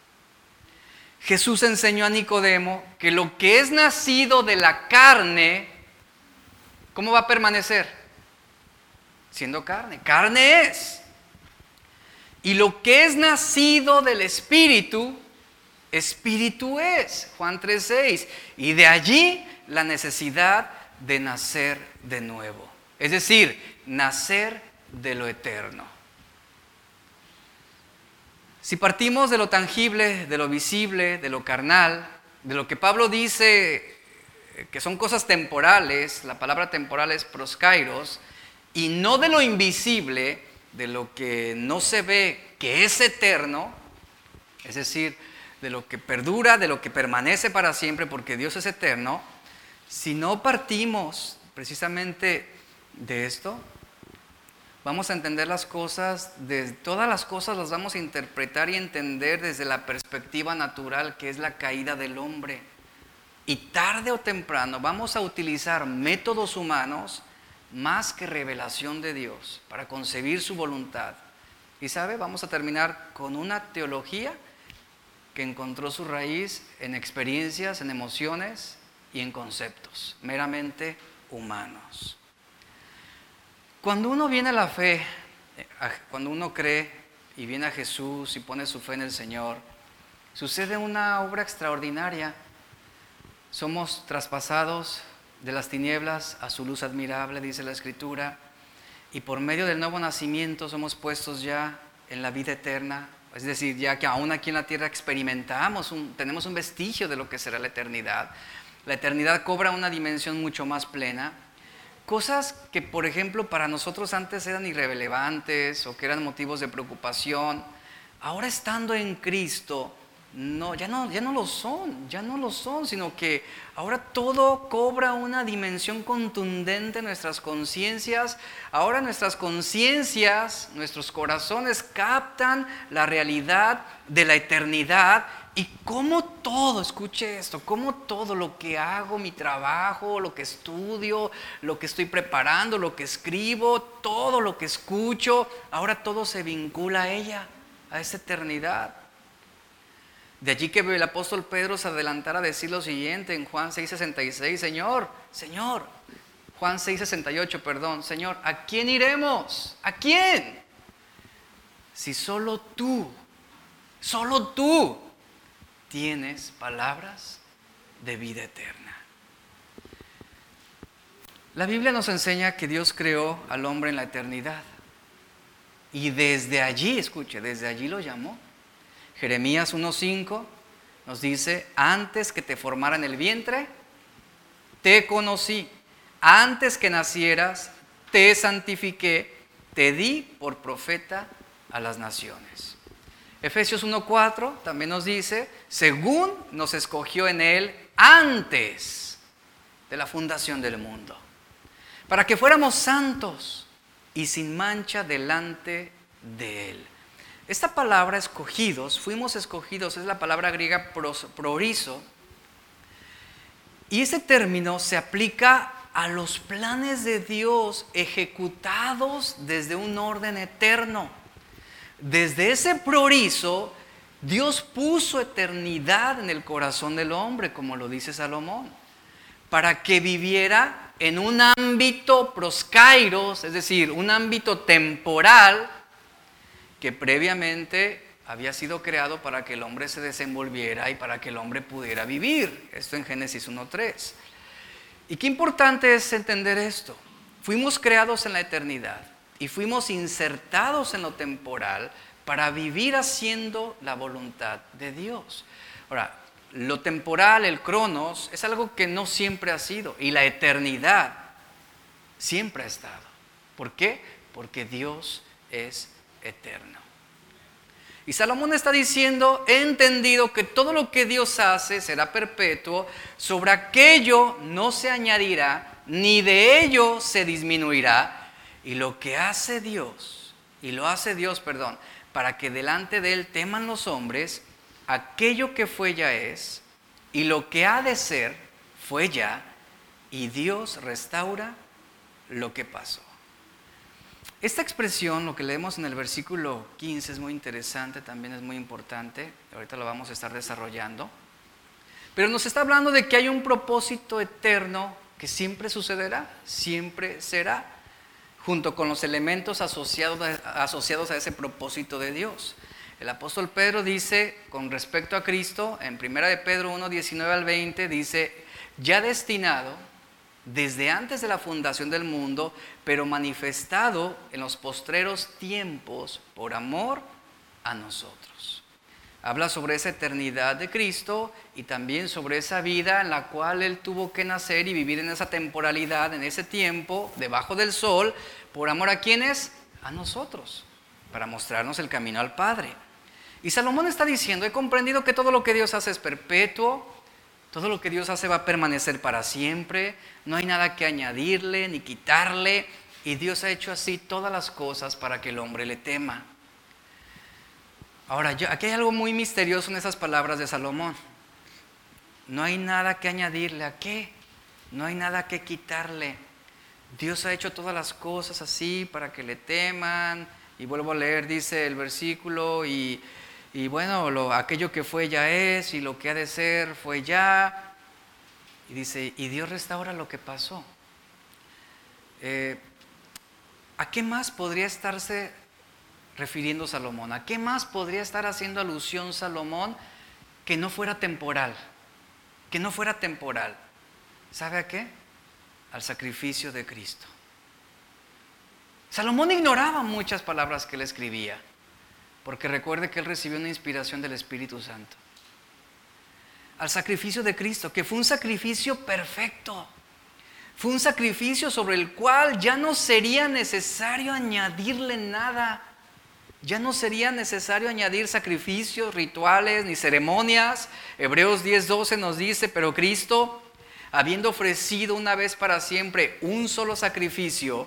Jesús enseñó a Nicodemo que lo que es nacido de la carne, ¿cómo va a permanecer? Siendo carne. Carne es. Y lo que es nacido del Espíritu, Espíritu es. Juan 3:6. Y de allí la necesidad de nacer de nuevo. Es decir, nacer de lo eterno. Si partimos de lo tangible, de lo visible, de lo carnal, de lo que Pablo dice que son cosas temporales, la palabra temporal es proskairos, y no de lo invisible, de lo que no se ve, que es eterno, es decir, de lo que perdura, de lo que permanece para siempre, porque Dios es eterno, si no partimos precisamente de esto, vamos a entender las cosas, todas las cosas las vamos a interpretar y entender desde la perspectiva natural, que es la caída del hombre. Y tarde o temprano vamos a utilizar métodos humanos más que revelación de Dios para concebir su voluntad. Y sabe, vamos a terminar con una teología que encontró su raíz en experiencias, en emociones y en conceptos meramente humanos. Cuando uno viene a la fe, cuando uno cree y viene a Jesús y pone su fe en el Señor, sucede una obra extraordinaria. Somos traspasados de las tinieblas a su luz admirable, dice la Escritura, y por medio del nuevo nacimiento somos puestos ya en la vida eterna. Es decir, ya que aún aquí en la tierra experimentamos, tenemos un vestigio de lo que será la eternidad. La eternidad cobra una dimensión mucho más plena. Cosas que, por ejemplo, para nosotros antes eran irrelevantes o que eran motivos de preocupación, ahora estando en Cristo, ya no lo son, sino que ahora todo cobra una dimensión contundente en nuestras conciencias. Ahora nuestras conciencias, nuestros corazones captan la realidad de la eternidad. Y como todo, escuche esto, como todo lo que hago, mi trabajo, lo que estudio, lo que estoy preparando, lo que escribo, todo lo que escucho, ahora todo se vincula a ella, a esa eternidad. De allí que el apóstol Pedro se adelantara a decir lo siguiente en Juan 6:66, Señor, Juan 6:68, perdón, Señor, ¿a quién iremos? ¿A quién? Si solo tú tienes palabras de vida eterna. La Biblia nos enseña que Dios creó al hombre en la eternidad. Y desde allí, escuche, desde allí lo llamó. Jeremías 1:5 nos dice, antes que te formara en el vientre, te conocí. Antes que nacieras, te santifiqué, te di por profeta a las naciones. Efesios 1:4 también nos dice, según nos escogió en Él antes de la fundación del mundo, para que fuéramos santos y sin mancha delante de Él. Esta palabra escogidos, fuimos escogidos, es la palabra griega prorizo, y ese término se aplica a los planes de Dios ejecutados desde un orden eterno. Desde ese prorizo, Dios puso eternidad en el corazón del hombre, como lo dice Salomón, para que viviera en un ámbito proskairos, es decir, un ámbito temporal que previamente había sido creado para que el hombre se desenvolviera y para que el hombre pudiera vivir. Esto en Génesis 1:3. Y qué importante es entender esto. Fuimos creados en la eternidad y fuimos insertados en lo temporal para vivir haciendo la voluntad de Dios. Ahora, lo temporal, el cronos, es algo que no siempre ha sido, y la eternidad siempre ha estado. ¿Por qué? Porque Dios es eterno. Y Salomón está diciendo, he entendido que todo lo que Dios hace será perpetuo, sobre aquello no se añadirá, ni de ello se disminuirá. Y lo que hace Dios, para que delante de Él teman los hombres, aquello que fue ya es, y lo que ha de ser fue ya, y Dios restaura lo que pasó. Esta expresión, lo que leemos en el versículo 15, es muy interesante, también es muy importante, ahorita lo vamos a estar desarrollando, pero nos está hablando de que hay un propósito eterno que siempre sucederá, siempre será, junto con los elementos asociados a ese propósito de Dios. El apóstol Pedro dice, con respecto a Cristo, en 1 de Pedro 1:19-20, dice, ya destinado desde antes de la fundación del mundo, pero manifestado en los postreros tiempos por amor a nosotros. Habla sobre esa eternidad de Cristo y también sobre esa vida en la cual Él tuvo que nacer y vivir en esa temporalidad, en ese tiempo, debajo del sol, por amor a ¿quiénes? A nosotros, para mostrarnos el camino al Padre. Y Salomón está diciendo, he comprendido que todo lo que Dios hace es perpetuo, todo lo que Dios hace va a permanecer para siempre, no hay nada que añadirle ni quitarle, y Dios ha hecho así todas las cosas para que el hombre le tema. Ahora, aquí hay algo muy misterioso en esas palabras de Salomón. No hay nada que añadirle, ¿a qué? No hay nada que quitarle. Dios ha hecho todas las cosas así para que le teman. Y vuelvo a leer, dice el versículo, y bueno, aquello que fue ya es, y lo que ha de ser fue ya. Y dice, y Dios restaura lo que pasó. ¿A qué más podría estarse refiriendo Salomón? ¿A qué más podría estar haciendo alusión Salomón que no fuera temporal? Que no fuera temporal. ¿Sabe a qué? Al sacrificio de Cristo. Salomón ignoraba muchas palabras que él escribía, porque recuerde que él recibió una inspiración del Espíritu Santo. Al sacrificio de Cristo, que fue un sacrificio perfecto. Fue un sacrificio sobre el cual ya no sería necesario añadirle nada. Ya no sería necesario añadir sacrificios, rituales, ni ceremonias. Hebreos 10:12 nos dice, pero Cristo, habiendo ofrecido una vez para siempre un solo sacrificio,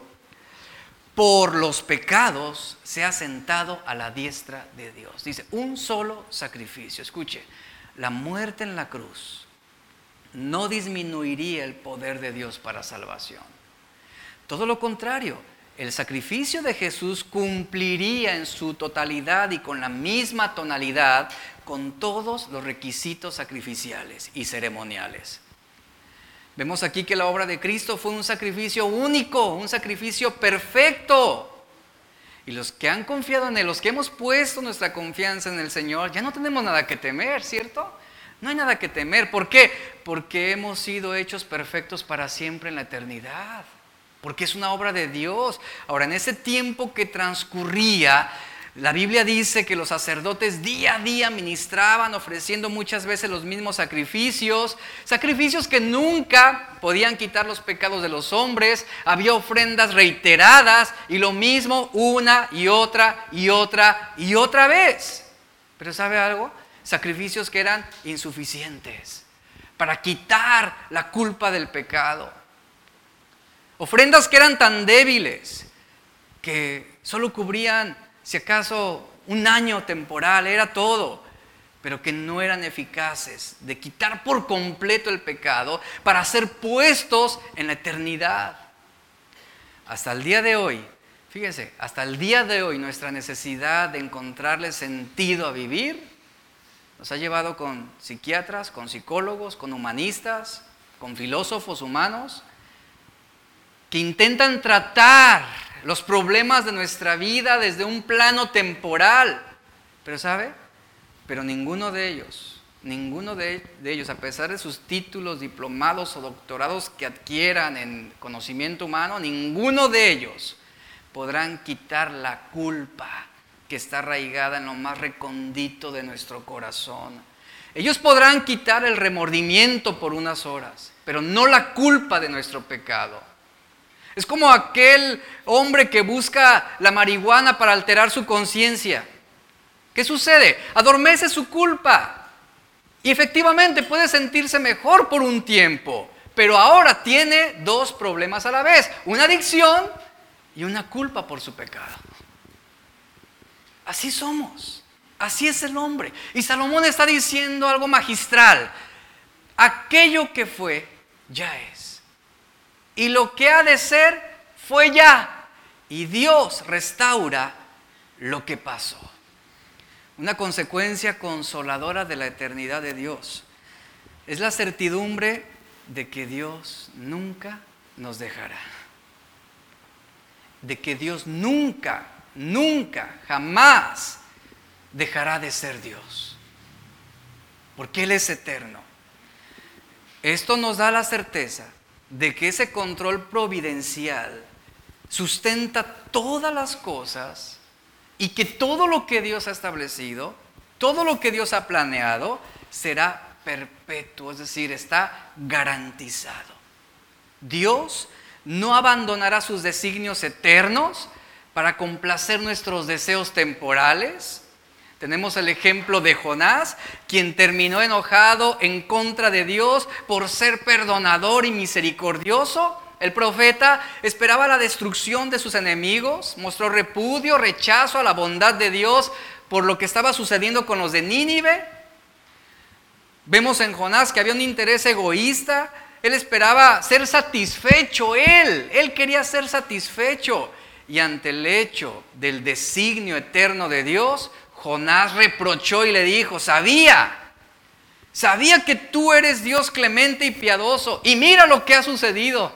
por los pecados se ha sentado a la diestra de Dios. Dice, un solo sacrificio. Escuche, la muerte en la cruz no disminuiría el poder de Dios para salvación. Todo lo contrario, el sacrificio de Jesús cumpliría en su totalidad y con la misma tonalidad con todos los requisitos sacrificiales y ceremoniales. Vemos aquí que la obra de Cristo fue un sacrificio único, un sacrificio perfecto. Y los que han confiado en Él, los que hemos puesto nuestra confianza en el Señor, ya no tenemos nada que temer, ¿cierto? No hay nada que temer. ¿Por qué? Porque hemos sido hechos perfectos para siempre en la eternidad. Porque es una obra de Dios. Ahora, en ese tiempo que transcurría, la Biblia dice que los sacerdotes día a día ministraban, ofreciendo muchas veces los mismos sacrificios, sacrificios que nunca podían quitar los pecados de los hombres. Había ofrendas reiteradas y lo mismo una y otra y otra y otra vez. Pero ¿sabe algo? Sacrificios que eran insuficientes para quitar la culpa del pecado. Ofrendas que eran tan débiles que solo cubrían, si acaso, un año temporal, era todo, pero que no eran eficaces de quitar por completo el pecado para ser puestos en la eternidad. Hasta el día de hoy, fíjese, hasta el día de hoy nuestra necesidad de encontrarle sentido a vivir nos ha llevado con psiquiatras, con psicólogos, con humanistas, con filósofos humanos, que intentan tratar los problemas de nuestra vida desde un plano temporal. Pero ¿sabe? Pero ninguno de ellos, a pesar de sus títulos, diplomados o doctorados que adquieran en conocimiento humano, ninguno de ellos podrán quitar la culpa que está arraigada en lo más recóndito de nuestro corazón. Ellos podrán quitar el remordimiento por unas horas, pero no la culpa de nuestro pecado. Es como aquel hombre que busca la marihuana para alterar su conciencia. ¿Qué sucede? Adormece su culpa. Y efectivamente puede sentirse mejor por un tiempo, pero ahora tiene dos problemas a la vez: una adicción y una culpa por su pecado. Así somos. Así es el hombre. Y Salomón está diciendo algo magistral. Aquello que fue, ya es. Y lo que ha de ser, fue ya. Y Dios restaura lo que pasó. Una consecuencia consoladora de la eternidad de Dios es la certidumbre de que Dios nunca nos dejará. De que Dios nunca, jamás dejará de ser Dios. Porque Él es eterno. Esto nos da la certeza de que ese control providencial sustenta todas las cosas y que todo lo que Dios ha establecido, todo lo que Dios ha planeado, será perpetuo, es decir, está garantizado. Dios no abandonará sus designios eternos para complacer nuestros deseos temporales. Tenemos el ejemplo de Jonás, quien terminó enojado en contra de Dios por ser perdonador y misericordioso. El profeta esperaba la destrucción de sus enemigos, mostró repudio, rechazo a la bondad de Dios por lo que estaba sucediendo con los de Nínive. Vemos en Jonás que había un interés egoísta. Él esperaba ser satisfecho, él quería ser satisfecho. Y ante el hecho del designio eterno de Dios, Jonás reprochó y le dijo: sabía que tú eres Dios clemente y piadoso, y mira lo que ha sucedido.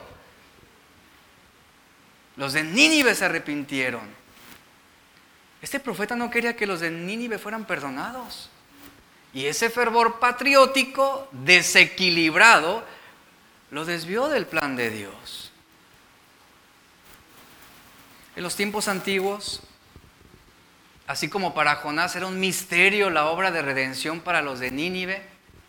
Los de Nínive se arrepintieron. Este profeta no quería que los de Nínive fueran perdonados. Y ese fervor patriótico desequilibrado lo desvió del plan de Dios. En los tiempos antiguos, así como para Jonás era un misterio la obra de redención para los de Nínive,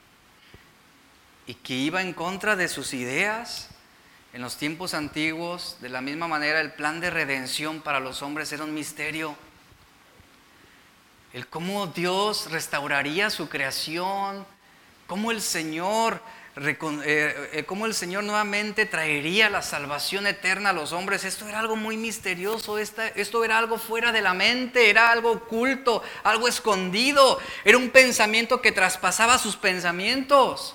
y que iba en contra de sus ideas, en los tiempos antiguos, de la misma manera, el plan de redención para los hombres era un misterio. El cómo Dios restauraría su creación, cómo el Señor nuevamente traería la salvación eterna a los hombres. Esto era algo muy misterioso, esto era algo fuera de la mente, era algo oculto, algo escondido, era un pensamiento que traspasaba sus pensamientos.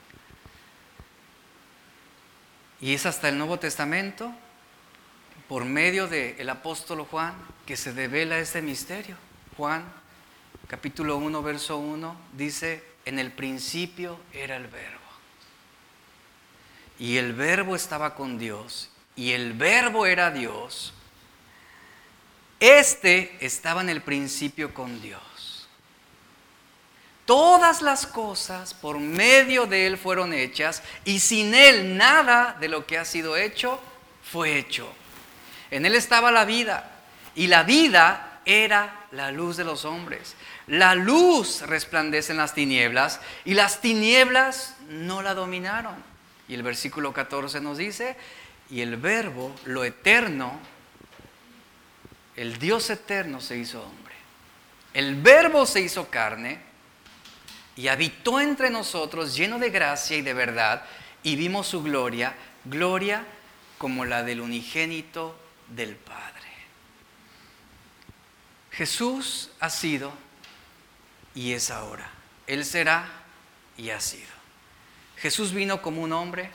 Y es hasta el Nuevo Testamento, por medio del apóstol Juan, que se devela este misterio. Juan, capítulo 1, verso 1, dice: en el principio era el Verbo. Y el Verbo estaba con Dios, y el Verbo era Dios. Este estaba en el principio con Dios. Todas las cosas por medio de Él fueron hechas, y sin Él nada de lo que ha sido hecho fue hecho. En Él estaba la vida, y la vida era la luz de los hombres. La luz resplandece en las tinieblas, y las tinieblas no la dominaron. Y el versículo 14 nos dice: y el Verbo, lo eterno, el Dios eterno, se hizo hombre. El Verbo se hizo carne y habitó entre nosotros, lleno de gracia y de verdad, y vimos su gloria, gloria como la del unigénito del Padre. Jesús ha sido y es ahora. Él será y ha sido. Jesús vino como un hombre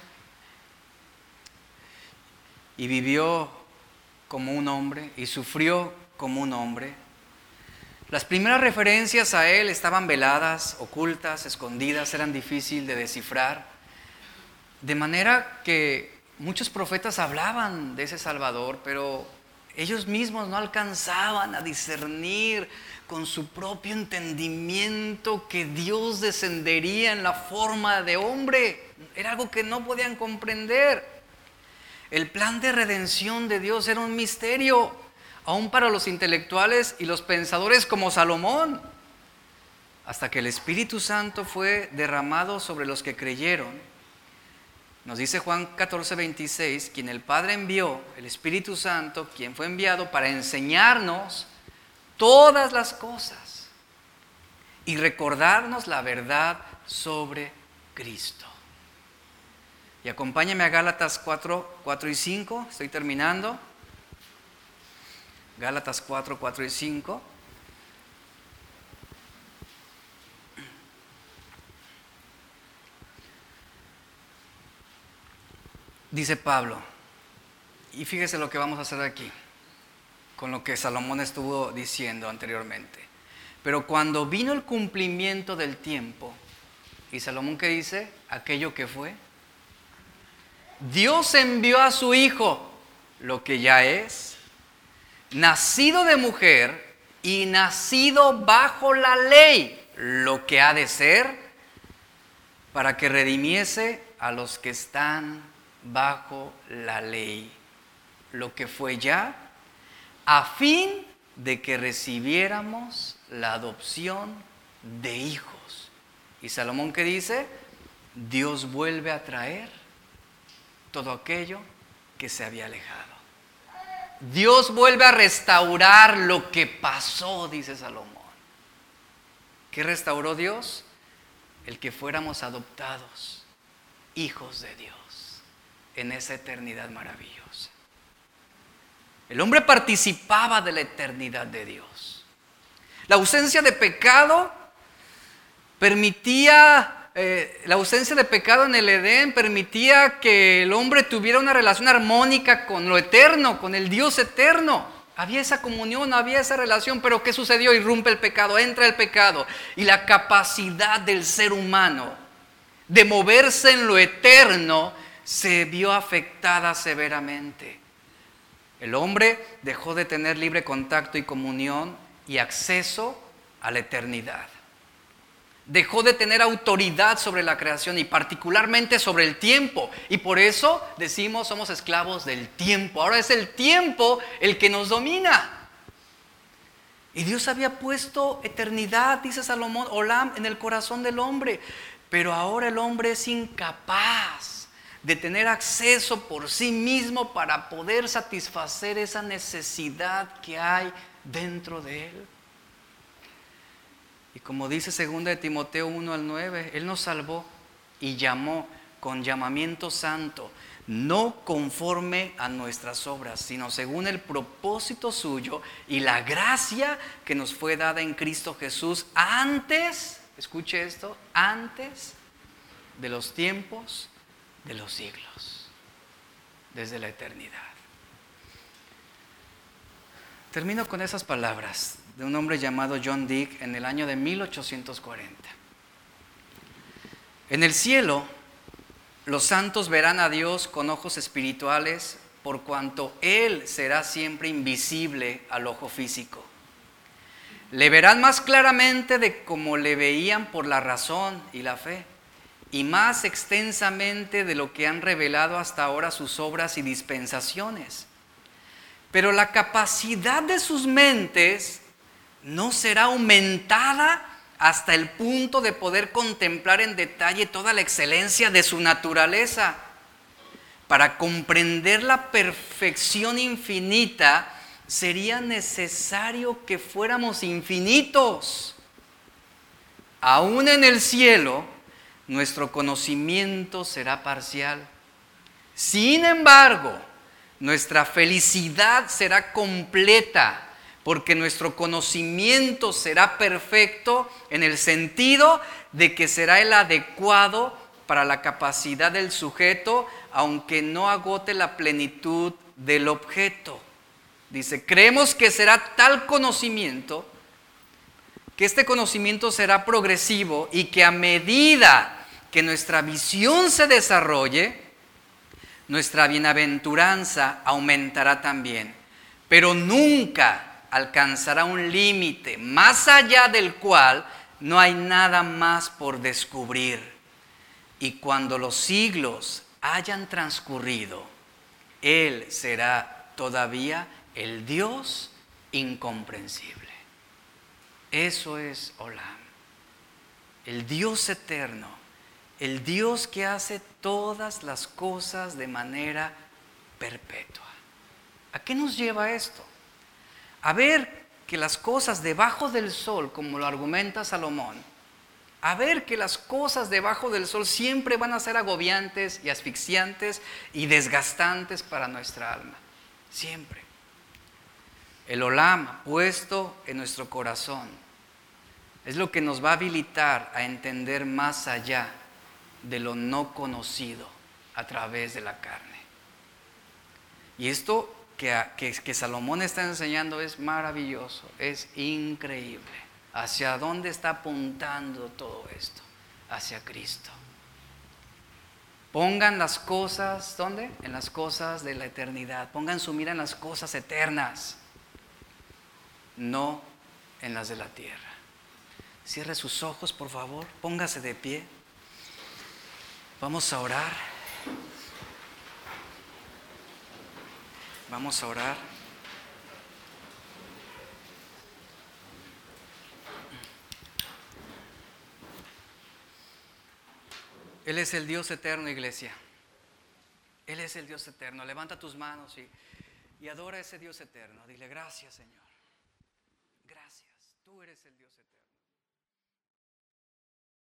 y vivió como un hombre y sufrió como un hombre. Las primeras referencias a Él estaban veladas, ocultas, escondidas, eran difíciles de descifrar. De manera que muchos profetas hablaban de ese Salvador, pero ellos mismos no alcanzaban a discernir con su propio entendimiento que Dios descendería en la forma de hombre. Era algo que no podían comprender. El plan de redención de Dios era un misterio, aún para los intelectuales y los pensadores como Salomón, hasta que el Espíritu Santo fue derramado sobre los que creyeron. Nos dice Juan 14:26, quien el Padre envió, el Espíritu Santo, quien fue enviado para enseñarnos todas las cosas y recordarnos la verdad sobre Cristo. Y acompáñame a Gálatas 4 y 5, estoy terminando. Gálatas 4 y 5. Dice Pablo, y fíjese lo que vamos a hacer aquí, con lo que Salomón estuvo diciendo anteriormente. Pero cuando vino el cumplimiento del tiempo, y Salomón, ¿qué dice? Aquello que fue. Dios envió a su Hijo, lo que ya es, nacido de mujer y nacido bajo la ley, lo que ha de ser, para que redimiese a los que están bajo la ley, lo que fue ya, a fin de que recibiéramos la adopción de hijos. Y Salomón, ¿qué dice? Dios vuelve a traer todo aquello que se había alejado. Dios vuelve a restaurar lo que pasó, dice Salomón. ¿Qué restauró Dios? El que fuéramos adoptados, hijos de Dios, en esa eternidad maravillosa. El hombre participaba de la eternidad de Dios. La ausencia de pecado la ausencia de pecado en el Edén permitía que el hombre tuviera una relación armónica con lo eterno, con el Dios eterno. Había esa comunión, había esa relación, pero ¿qué sucedió? Irrumpe el pecado, entra el pecado, y la capacidad del ser humano de moverse en lo eterno se vio afectada severamente. El hombre dejó de tener libre contacto y comunión y acceso a la eternidad. Dejó de tener autoridad sobre la creación y particularmente sobre el tiempo. Y por eso decimos somos esclavos del tiempo. Ahora es el tiempo el que nos domina. Y Dios había puesto eternidad, dice Salomón, Olam, en el corazón del hombre. Pero ahora el hombre es incapaz de tener acceso por sí mismo para poder satisfacer esa necesidad que hay dentro de él. Y como dice 2 de Timoteo 1-9, Él nos salvó y llamó con llamamiento santo, no conforme a nuestras obras, sino según el propósito suyo y la gracia que nos fue dada en Cristo Jesús antes, escuche esto, antes de los tiempos de los siglos, desde la eternidad. Termino con esas palabras de un hombre llamado John Dick en el año de 1840. En el cielo, los santos verán a Dios con ojos espirituales por cuanto Él será siempre invisible al ojo físico. Le verán más claramente de como le veían por la razón y la fe, y más extensamente de lo que han revelado hasta ahora sus obras y dispensaciones. Pero la capacidad de sus mentes no será aumentada hasta el punto de poder contemplar en detalle toda la excelencia de su naturaleza. Para comprender la perfección infinita, sería necesario que fuéramos infinitos. Aún en el cielo, nuestro conocimiento será parcial. Sin embargo, nuestra felicidad será completa, porque nuestro conocimiento será perfecto en el sentido de que será el adecuado para la capacidad del sujeto, aunque no agote la plenitud del objeto. Dice, creemos que será tal conocimiento, que este conocimiento será progresivo y que a medida que nuestra visión se desarrolle, nuestra bienaventuranza aumentará también, pero nunca alcanzará un límite más allá del cual no hay nada más por descubrir. Y cuando los siglos hayan transcurrido, Él será todavía el Dios incomprensible. Eso es Olam, el Dios eterno. El Dios que hace todas las cosas de manera perpetua. ¿A qué nos lleva esto? A ver que las cosas debajo del sol, como lo argumenta Salomón, a ver que las cosas debajo del sol siempre van a ser agobiantes y asfixiantes y desgastantes para nuestra alma. Siempre. El Olam puesto en nuestro corazón es lo que nos va a habilitar a entender más allá de lo no conocido a través de la carne. Y esto que Salomón está enseñando es maravilloso, es increíble. ¿Hacia dónde está apuntando todo esto? Hacia Cristo. Pongan las cosas, ¿dónde? En las cosas de la eternidad. Pongan su mira en las cosas eternas, no en las de la tierra. Cierre sus ojos, por favor, póngase de pie. Vamos a orar. Vamos a orar. Él es el Dios eterno, iglesia. Él es el Dios eterno. Levanta tus manos y adora a ese Dios eterno. Dile gracias, Señor. Gracias. Tú eres el Dios eterno.